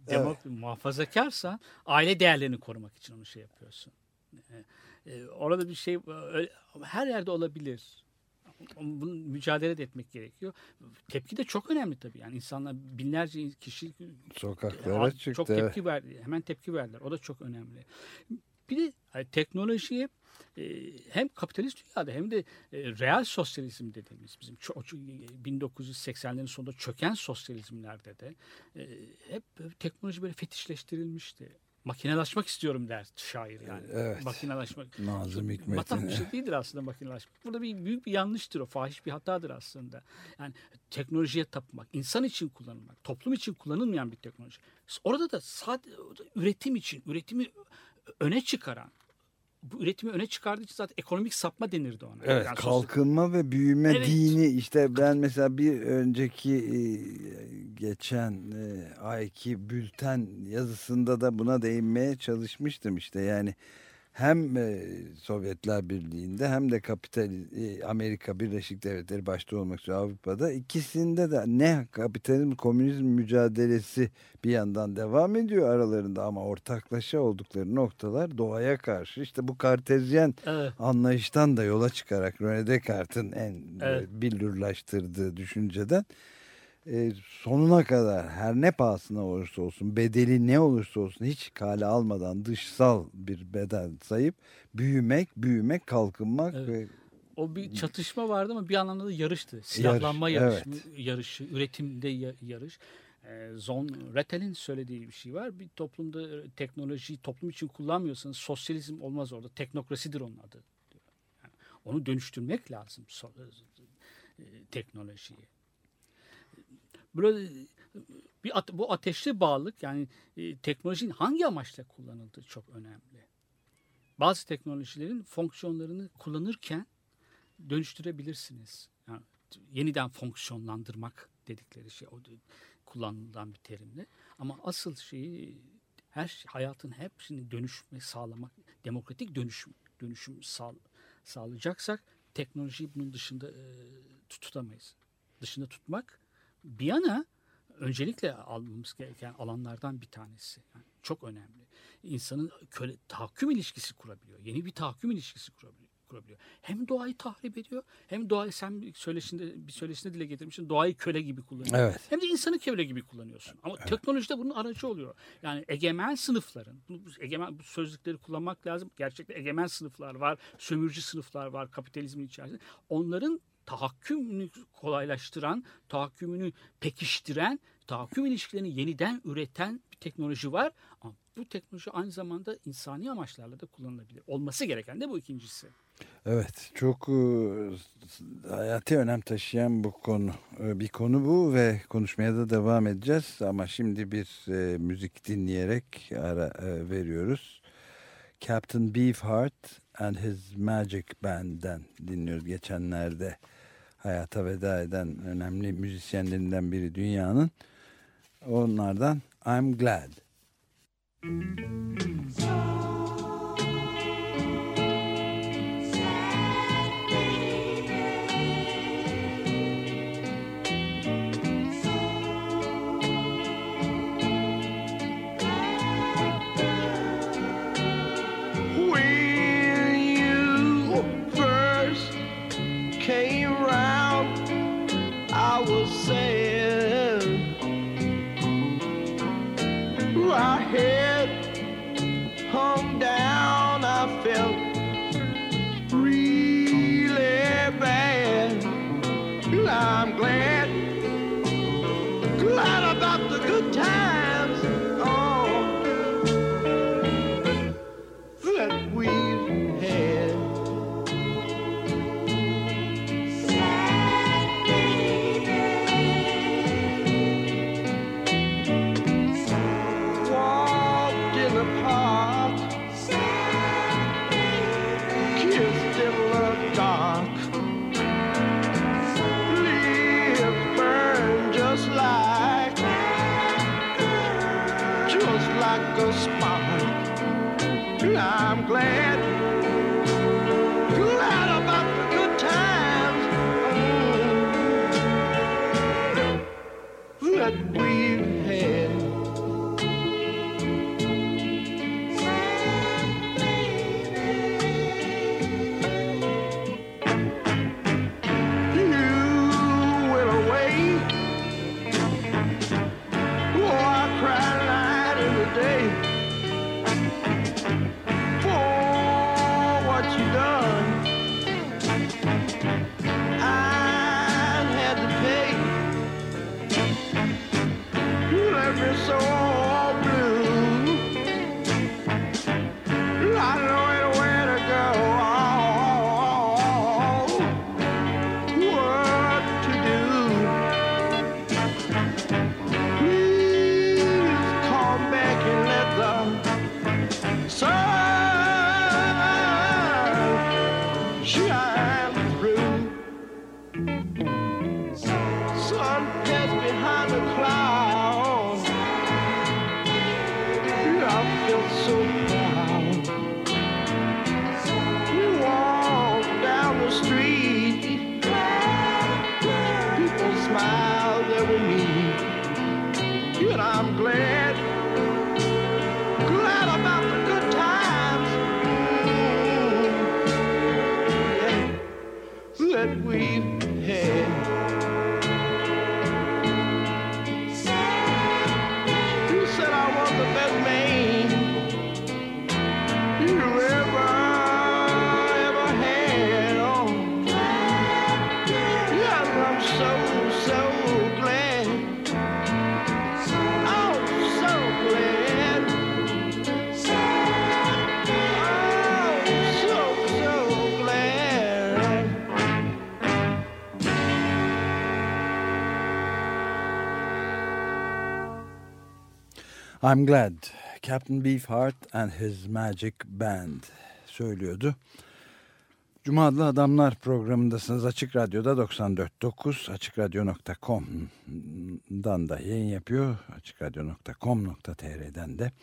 muhafazakarsan aile değerlerini korumak için onu şey yapıyorsun. Orada bir şey her yerde olabilir. Bunun mücadele de etmek gerekiyor. Tepki de çok önemli tabii. Yani insanlar binlerce kişi sokaklara çıktı. Çok tepki verdi. Hemen tepki verdiler. O da çok önemli. Bir de teknolojiye hem kapitalist dünyada hem de real sosyalizm dediğimiz bizim 1980'lerin sonunda çöken sosyalizmlerde de hep teknoloji böyle fetişleştirilmişti. Makinelaşmak istiyorum der şair yani. Evet. Makinelaşmak. Nazım Hikmet'in. Matah bir şey değildir aslında makinelaşmak. Burada büyük bir yanlıştır o. Fahiş bir hatadır aslında. Yani teknolojiye tapmak, insan için kullanılmak, toplum için kullanılmayan bir teknoloji. Orada da sadece üretimi öne çıkaran, bu üretimi öne çıkardığı için zaten ekonomik sapma denirdi ona. Evet, yani kalkınma ve büyüme dini. İşte ben mesela bir önceki geçen ayki bülten yazısında da buna değinmeye çalışmıştım işte. Yani hem Sovyetler Birliği'nde hem de Amerika Birleşik Devletleri başta olmak üzere Avrupa'da ikisinde de ne kapitalizm komünizm mücadelesi bir yandan devam ediyor aralarında ama ortaklaşa oldukları noktalar doğaya karşı. İşte bu kartezyen anlayıştan da yola çıkarak René Descartes'in billurlaştırdığı düşünceden sonuna kadar her ne pahasına olursa olsun, bedeli ne olursa olsun hiç kale almadan dışsal bir bedel sayıp büyümek, kalkınmak ve o bir çatışma vardı ama bir anlamda da yarıştı. Silahlanma yarışı, üretimde yarış. John Rattel'in söylediği bir şey var. Bir toplumda teknolojiyi toplum için kullanmıyorsanız sosyalizm olmaz orada. Teknokrasidir onun adı. Yani onu dönüştürmek lazım teknolojiyi. Böyle bu ateşli bağlılık yani teknolojinin hangi amaçla kullanıldığı çok önemli. Bazı teknolojilerin fonksiyonlarını kullanırken dönüştürebilirsiniz. Yani yeniden fonksiyonlandırmak dedikleri şey o kullanılan bir terimle. Ama asıl şeyi hayatın hepsini dönüşme sağlamak, demokratik dönüşüm sağlayacaksak teknolojiyi bunun dışında tutamayız. Dışında tutmak bir yana öncelikle almamız gereken alanlardan bir tanesi. Yani çok önemli. İnsanın tahakküm ilişkisi kurabiliyor. Yeni bir tahakküm ilişkisi kurabiliyor. Hem doğayı tahrip ediyor hem doğayı sen bir söyleşinde dile getirmişsin. Doğayı köle gibi kullanıyor. Evet. Hem de insanı köle gibi kullanıyorsun. Ama teknoloji de bunun aracı oluyor. Yani egemen sınıfların bu sözcükleri kullanmak lazım. Gerçekten egemen sınıflar var. Sömürücü sınıflar var kapitalizmin içerisinde. Onların tahakkümünü kolaylaştıran, tahakkümünü pekiştiren, tahakküm ilişkilerini yeniden üreten bir teknoloji var. Ama bu teknoloji aynı zamanda insani amaçlarla da kullanılabilir. Olması gereken de bu ikincisi. Evet, çok hayati önem taşıyan bir konu bu ve konuşmaya da devam edeceğiz. Ama şimdi bir müzik dinleyerek ara veriyoruz. Captain Beefheart and His Magic Band'den dinliyoruz. Geçenlerde hayata veda eden önemli müzisyenlerinden biri dünyanın. Onlardan I'm Glad. I was sad. My head hung down. I felt really bad. I'm glad about the good times. Oh, that we've had. A spark. I'm glad about the good times that we've had. that we've had. You said I was the best man you ever had. Oh, yes, I'm so glad. Oh, so glad. I'm glad. Captain Beefheart and his Magic Band söylüyordu. Cuma adlı Adamlar programındasınız. Açık Radyo'da 94.9 açıkradyo.com'dan da yayın yapıyor. açıkradyo.com.tr'den de.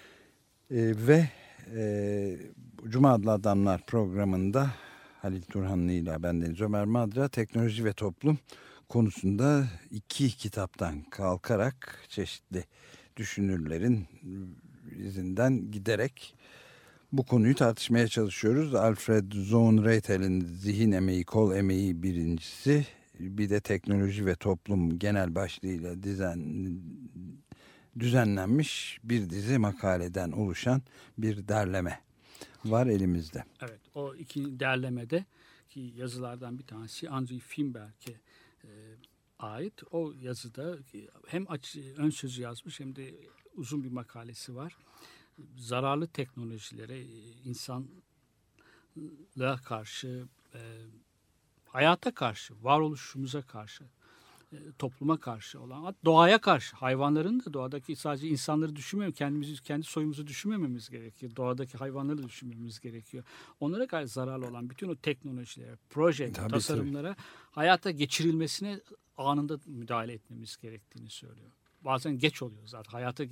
Cuma adlı Adamlar programında Halil Turhanlı ile bendeniz Ömer Madra teknoloji ve toplum konusunda 2 kitaptan kalkarak çeşitli düşünürlerin izinden giderek bu konuyu tartışmaya çalışıyoruz. Alfred Zohn-Reutel'in Zihin Emeği, Kol Emeği birincisi, bir de Teknoloji ve Toplum genel başlığıyla düzenlenmiş bir dizi makaleden oluşan bir derleme var elimizde. Evet, o iki derlemede ki yazılardan bir tanesi Andrew Finberg'e ait. O yazıda hem ön sözü yazmış hem de uzun bir makalesi var. Zararlı teknolojilere, insanlığa karşı, hayata karşı, varoluşumuza karşı, topluma karşı olan, doğaya karşı, hayvanların da doğadaki sadece insanları düşünmemiz, kendi soyumuzu düşünmememiz gerekiyor. Doğadaki hayvanları da düşünmemiz gerekiyor. Onlara karşı zararlı olan bütün o teknolojilere, proje, tasarımlara hayata geçirilmesine anında müdahale etmemiz gerektiğini söylüyor. Bazen geç oluyor zaten. Hayata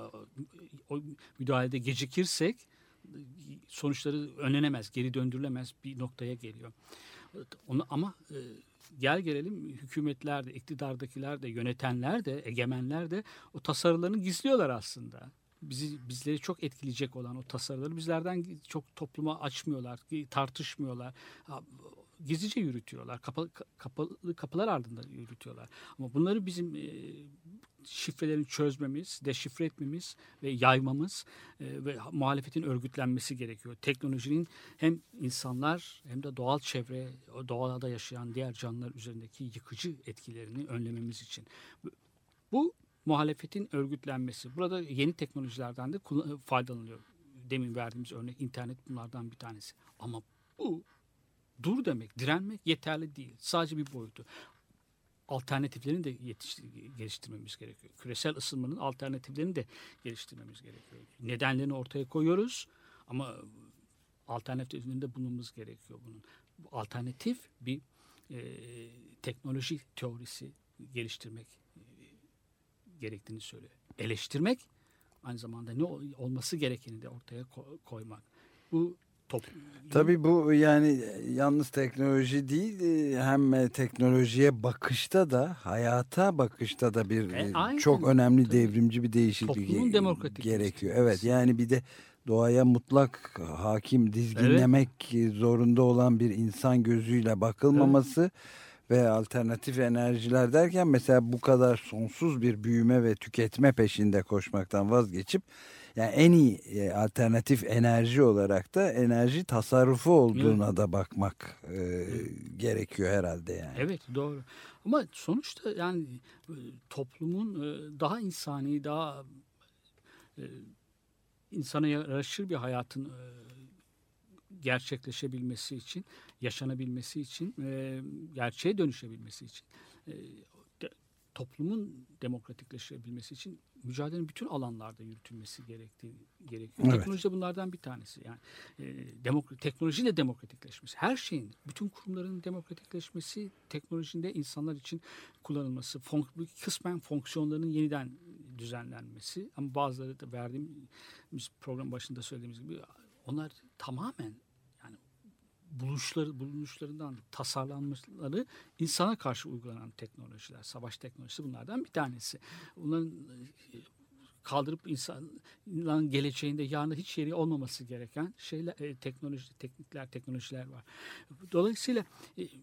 o müdahalede gecikirsek sonuçları önlenemez, geri döndürülemez bir noktaya geliyor. Ama gel gelelim hükümetler de, iktidardakiler de, yönetenler de, egemenler de o tasarılarını gizliyorlar aslında. Bizleri çok etkileyecek olan o tasarıları bizlerden çok topluma açmıyorlar, tartışmıyorlar. Gizlice yürütüyorlar. Kapalı kapılar ardında yürütüyorlar. Ama bunları bizim şifrelerini çözmemiz, deşifre etmemiz ve yaymamız ve muhalefetin örgütlenmesi gerekiyor. Teknolojinin hem insanlar hem de doğal çevre, o doğada yaşayan diğer canlılar üzerindeki yıkıcı etkilerini önlememiz için. Bu muhalefetin örgütlenmesi. Burada yeni teknolojilerden de faydalanılıyor. Demin verdiğimiz örnek internet bunlardan bir tanesi. Ama bu dur demek, direnmek yeterli değil. Sadece bir boyutu. Alternatiflerini de geliştirmemiz gerekiyor. Küresel ısınmanın alternatiflerini de geliştirmemiz gerekiyor. Nedenlerini ortaya koyuyoruz ama alternatiflerini de bulmamız gerekiyor bunun. Alternatif bir teknoloji teorisi geliştirmek gerektiğini söylüyor. Eleştirmek aynı zamanda ne olması gerekeni de ortaya koymak. Bu tabii bu yani yalnız teknoloji değil, hem teknolojiye bakışta da hayata bakışta da bir çok önemli devrimci bir değişiklik gerekiyor. Evet, yani bir de doğaya mutlak hakim, dizginlemek zorunda olan bir insan gözüyle bakılmaması ve alternatif enerjiler derken mesela bu kadar sonsuz bir büyüme ve tüketme peşinde koşmaktan vazgeçip yani en iyi alternatif enerji olarak da enerji tasarrufu olduğuna da bakmak gerekiyor herhalde yani. Evet, doğru. Ama sonuçta yani toplumun daha insani, daha insana yaraşır bir hayatın gerçekleşebilmesi için, yaşanabilmesi için, gerçeğe dönüşebilmesi için, toplumun demokratikleşebilmesi için mücadelenin bütün alanlarda yürütülmesi gerekiyor. Evet. Teknoloji de bunlardan bir tanesi. Yani teknolojinin de demokratikleşmesi, her şeyin, bütün kurumların demokratikleşmesi, teknolojinin de insanlar için kullanılması, kısmen fonksiyonlarının yeniden düzenlenmesi. Ama bazıları da verdiğimiz program başında söylediğimiz gibi onlar tamamen yani bulunuşlarından tasarlanmışları insana karşı uygulanan teknolojiler. Savaş teknolojisi bunlardan bir tanesi. Bunların kaldırıp insanların geleceğinde yarına hiç yeri olmaması gereken şeyler, teknolojiler var. Dolayısıyla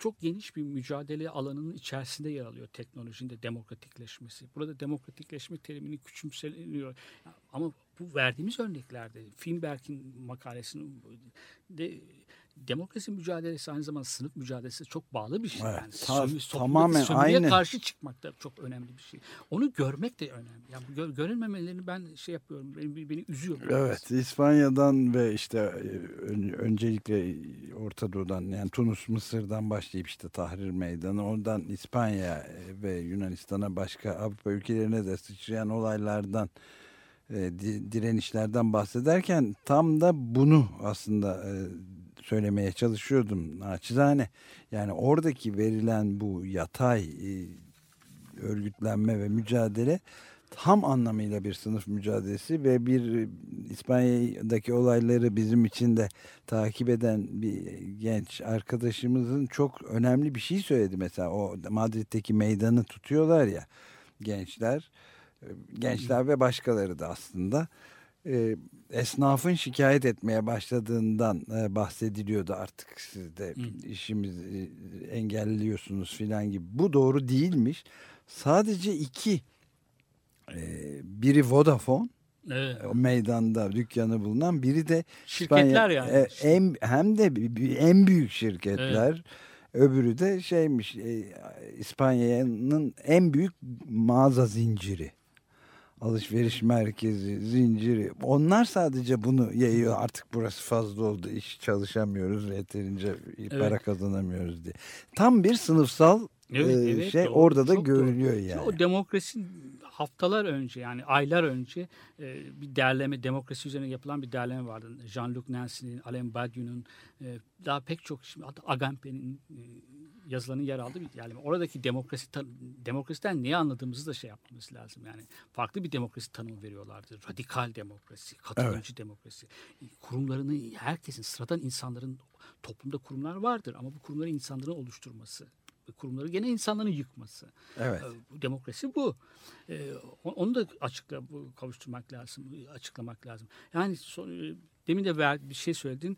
çok geniş bir mücadele alanının içerisinde yer alıyor teknolojinin de demokratikleşmesi. Burada demokratikleşme terimini küçümseniyor. Ama bu verdiğimiz örneklerde Finberg'in makalesinin de demokrasi mücadelesi aynı zamanda sınıf mücadelesi çok bağlı bir şey. Evet, Yani tamamen sömürüye aynı. karşı çıkmak da çok önemli bir şey. Onu görmek de önemli. Yani görünmemelerini ben şey yapıyorum. Beni üzüyor. Evet, İspanya'dan ve işte öncelikle Orta Doğu'dan, yani Tunus, Mısır'dan başlayıp işte Tahrir Meydanı, oradan İspanya ve Yunanistan'a, başka Avrupa ülkelerine de sıçrayan olaylardan, direnişlerden bahsederken tam da bunu aslında söylemeye çalışıyordum naçizane. Yani oradaki verilen bu yatay örgütlenme ve mücadele tam anlamıyla bir sınıf mücadelesi ve bir İspanya'daki olayları bizim için de takip eden bir genç arkadaşımızın çok önemli bir şey söyledi. Mesela o Madrid'deki meydanı tutuyorlar ya gençler ve başkaları da aslında esnafın şikayet etmeye başladığından bahsediliyordu. Artık siz de işimizi engelliyorsunuz filan gibi. Bu doğru değilmiş. Sadece iki, biri Vodafone, o meydanda dükkanı bulunan, biri de şirketler yani. Hem de en büyük şirketler. Evet. Öbürü de şeymiş, İspanya'nın en büyük mağaza zinciri. Alışveriş merkezi, zinciri. Onlar sadece bunu yayıyor. Artık burası fazla oldu. İş çalışamıyoruz. Yeterince para kazanamıyoruz diye. Tam bir sınıfsal şey doğru, orada da görülüyor doğru. Yani. O demokrasi haftalar önce, yani aylar önce bir derleme, demokrasi üzerine yapılan bir derleme vardı. Jean-Luc Nancy'nin, Alain Badiou'nun, daha pek çok, Agamben'in yazılarının yer aldığı bir derleme. Oradaki demokrasiden neyi anladığımızı da şey yapmamız lazım. Yani farklı bir demokrasi tanımı veriyorlardı. Radikal demokrasi, katılımcı demokrasi. Kurumlarını, herkesin, sıradan insanların, toplumda kurumlar vardır ama bu kurumları insanların oluşturması, kurumları gene insanların yıkması. Evet. Demokrasi bu. Onu da kavuşturmak lazım, açıklamak lazım. Yani demin de bir şey söyledin.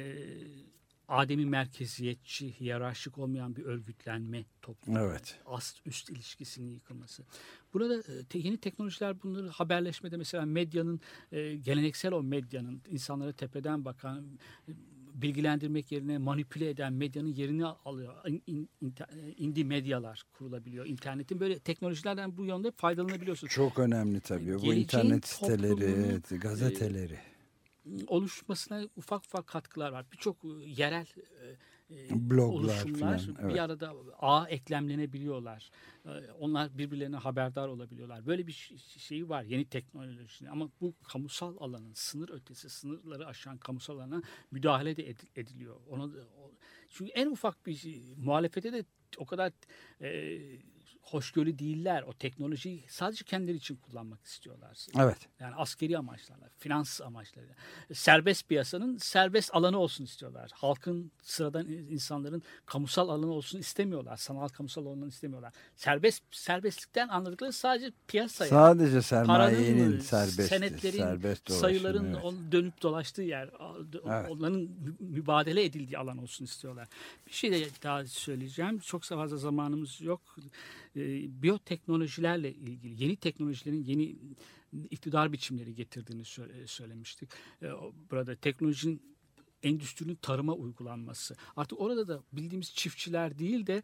Ademi merkeziyetçi, hiyerarşik olmayan bir örgütlenme toplumu. Evet. Ast-üst ilişkisinin yıkılması. Burada yeni teknolojiler bunları haberleşmede, mesela medyanın, geleneksel o medyanın, insanlara tepeden bakan, bilgilendirmek yerine manipüle eden medyanın yerini alıyor. Indie medyalar kurulabiliyor. İnternetin böyle teknolojilerden bu yönde faydalanabiliyorsunuz. Çok önemli tabii. Bu internet siteleri, gazeteleri oluşmasına ufak katkılar var. Birçok yerel bloglar oluşumlar falan, evet. Bir arada ağa eklemlenebiliyorlar. Onlar birbirlerine haberdar olabiliyorlar. Böyle bir şey var yeni teknolojinin, ama bu kamusal alanın sınır ötesi, sınırları aşan kamusal alana müdahale de ediliyor. Çünkü en ufak bir muhalefete de o kadar hoşgörü değiller. O teknolojiyi sadece kendileri için kullanmak istiyorlar. Evet. Yani askeri amaçlarla, finans amaçlarıyla. Serbest piyasanın serbest alanı olsun istiyorlar. Halkın, sıradan insanların kamusal alanı olsun istemiyorlar. Sanal kamusal alanı istemiyorlar. Serbestlikten anladıkları sadece piyasaya. Sadece sermayenin serbest, senetlerin, serbest sayıların evet. dönüp dolaştığı yer. Evet. Onların mübadele edildiği alan olsun istiyorlar. Bir şey de daha söyleyeceğim. Çok fazla zamanımız yok. Biyoteknolojilerle ilgili yeni teknolojilerin yeni iktidar biçimleri getirdiğini söylemiştik. Burada teknolojinin endüstrinin tarıma uygulanması. Artık orada da bildiğimiz çiftçiler değil de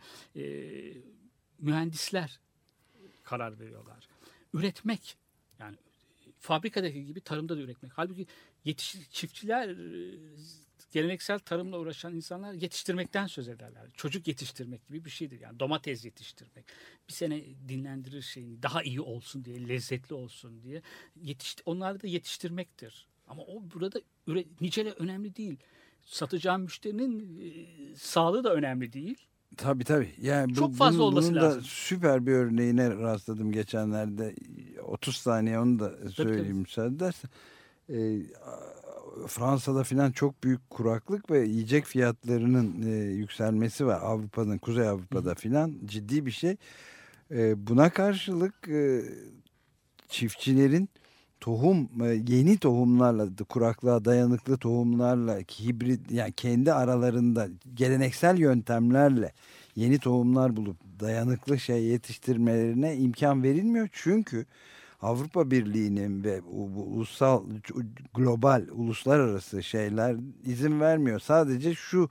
mühendisler karar veriyorlar. Üretmek, yani fabrikadaki gibi tarımda da üretmek. Halbuki çiftçiler, geleneksel tarımla uğraşan insanlar yetiştirmekten söz ederler. Çocuk yetiştirmek gibi bir şeydir. Yani domates yetiştirmek. Bir sene dinlendirir şeyini, daha iyi olsun diye, lezzetli olsun diye. Onlar da yetiştirmektir. Ama o burada nicele önemli değil. Satacağım müşterinin sağlığı da önemli değil. Tabii. Yani çok fazla olması bunun lazım. Da süper bir örneğine rastladım geçenlerde. 30 saniye onu da söyleyeyim müsaade edersen. Fransa'da filan çok büyük kuraklık ve yiyecek fiyatlarının yükselmesi var. Avrupa'nın, Kuzey Avrupa'da filan ciddi bir şey. Buna karşılık çiftçilerin tohum, yeni tohumlarla, kuraklığa dayanıklı tohumlarla, hibrit, yani kendi aralarında geleneksel yöntemlerle yeni tohumlar bulup dayanıklı şey yetiştirmelerine imkan verilmiyor. Çünkü Avrupa Birliği'nin ve bu ulusal, global, uluslararası şeyler izin vermiyor. Sadece şu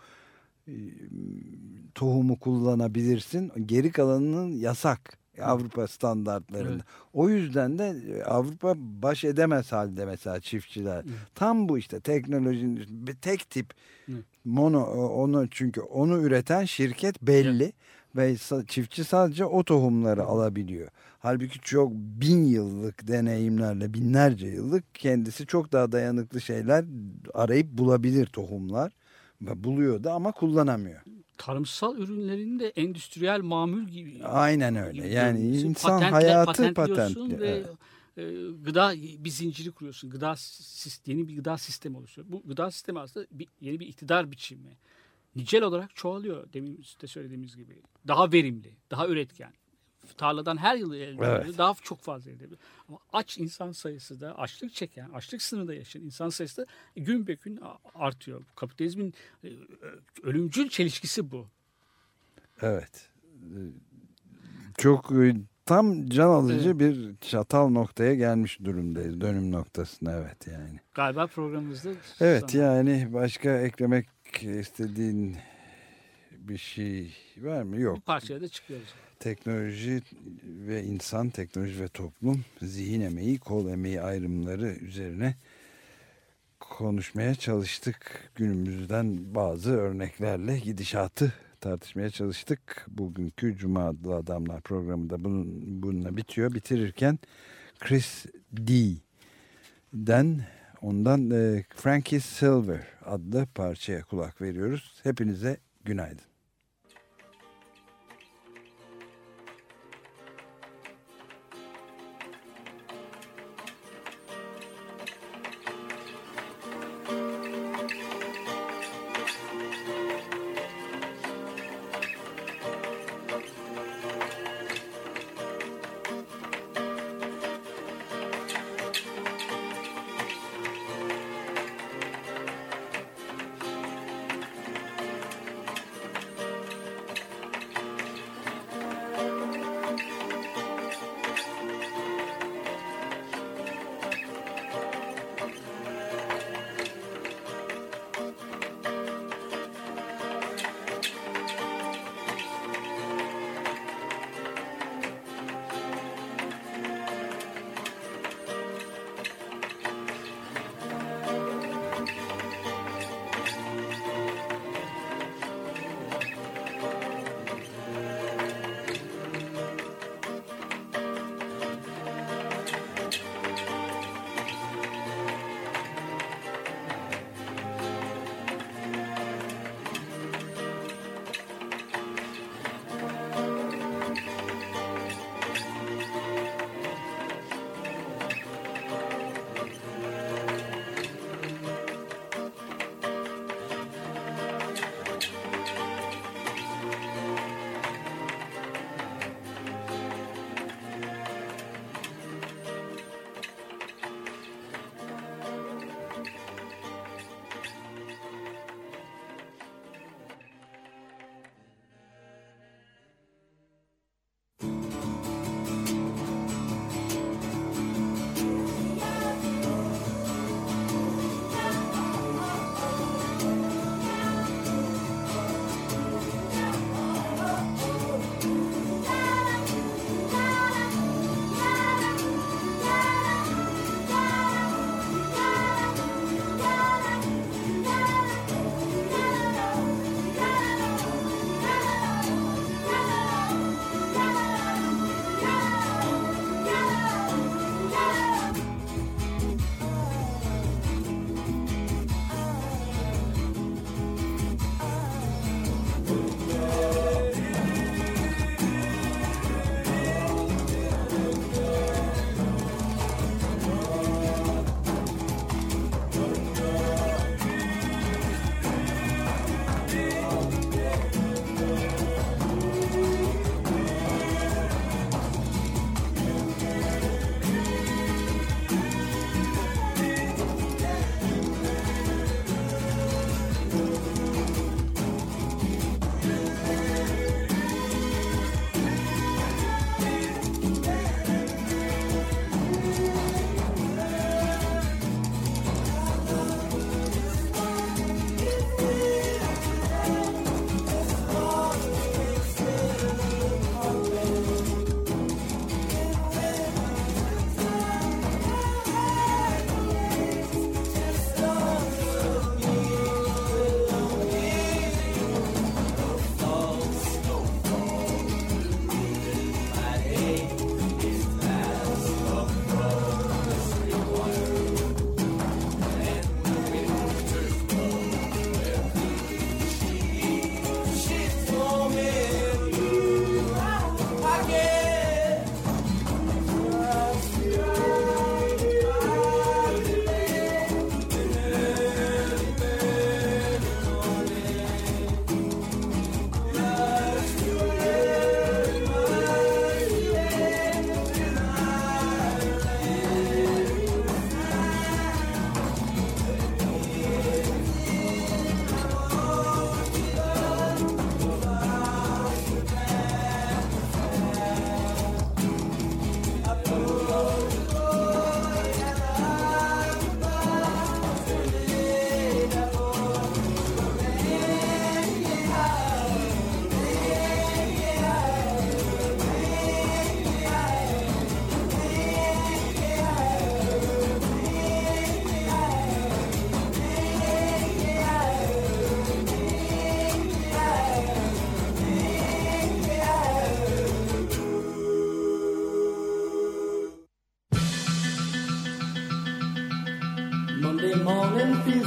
tohumu kullanabilirsin. Geri kalanının yasak Avrupa standartlarında. Evet. O yüzden de Avrupa baş edemez halde mesela çiftçiler. Evet. Tam bu işte teknolojinin bir tek tip Evet. onu, çünkü onu üreten şirket belli ve çiftçi sadece o tohumları alabiliyor. Halbuki çok 1000 yıllık deneyimlerle, binlerce yıllık kendisi çok daha dayanıklı şeyler arayıp bulabilir, tohumlar. Ve buluyor da ama kullanamıyor. Tarımsal ürünlerin de endüstriyel mamul gibi. Aynen öyle. Gibi Yani görünüyorsun. insan hayatı patentliyorsun patentli. ve Evet. gıda bir zinciri kuruyorsun. Yeni bir gıda sistemi oluşuyor. Bu gıda sistemi aslında yeni bir iktidar biçimi. Nicel olarak çoğalıyor, demin de söylediğimiz gibi. Daha verimli, daha üretken. Tarladan her yıl elde ediyor. Evet. Daha çok fazla elde ediyor. Ama aç insan sayısı da, açlık çeken, açlık sınırında yaşayan insan sayısı da gün be gün artıyor. Kapitalizmin ölümcül çelişkisi bu. Evet. Çok tam can alıcı bir çatal noktaya gelmiş durumdayız. Dönüm noktasına, evet yani. Galiba programımızda... Evet yani başka eklemek istediğin bir şey var mı? Yok. Bir parçaya da çıkıyoruz. Teknoloji ve insan, teknoloji ve toplum, zihin emeği, kol emeği ayrımları üzerine konuşmaya çalıştık. Günümüzden bazı örneklerle gidişatı tartışmaya çalıştık. Bugünkü Cuma Adlı Adamlar programı da bununla bitiyor. Bitirirken Chris D'den ondan Frankie Silver adlı parçaya kulak veriyoruz. Hepinize günaydın.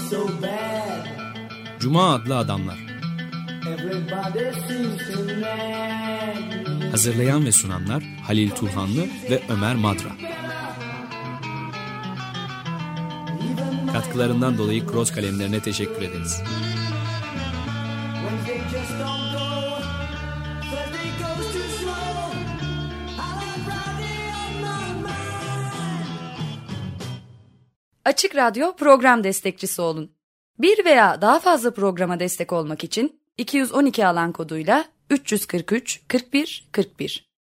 Cuma adlı adamlar. Hazırlayan ve sunanlar Halil Turhanlı ve Ömer Madra. Katkılarından dolayı Cross kalemlerine teşekkür ederiz. Açık Radyo program destekçisi olun. Bir veya daha fazla programa destek olmak için 212 alan koduyla 343 41 41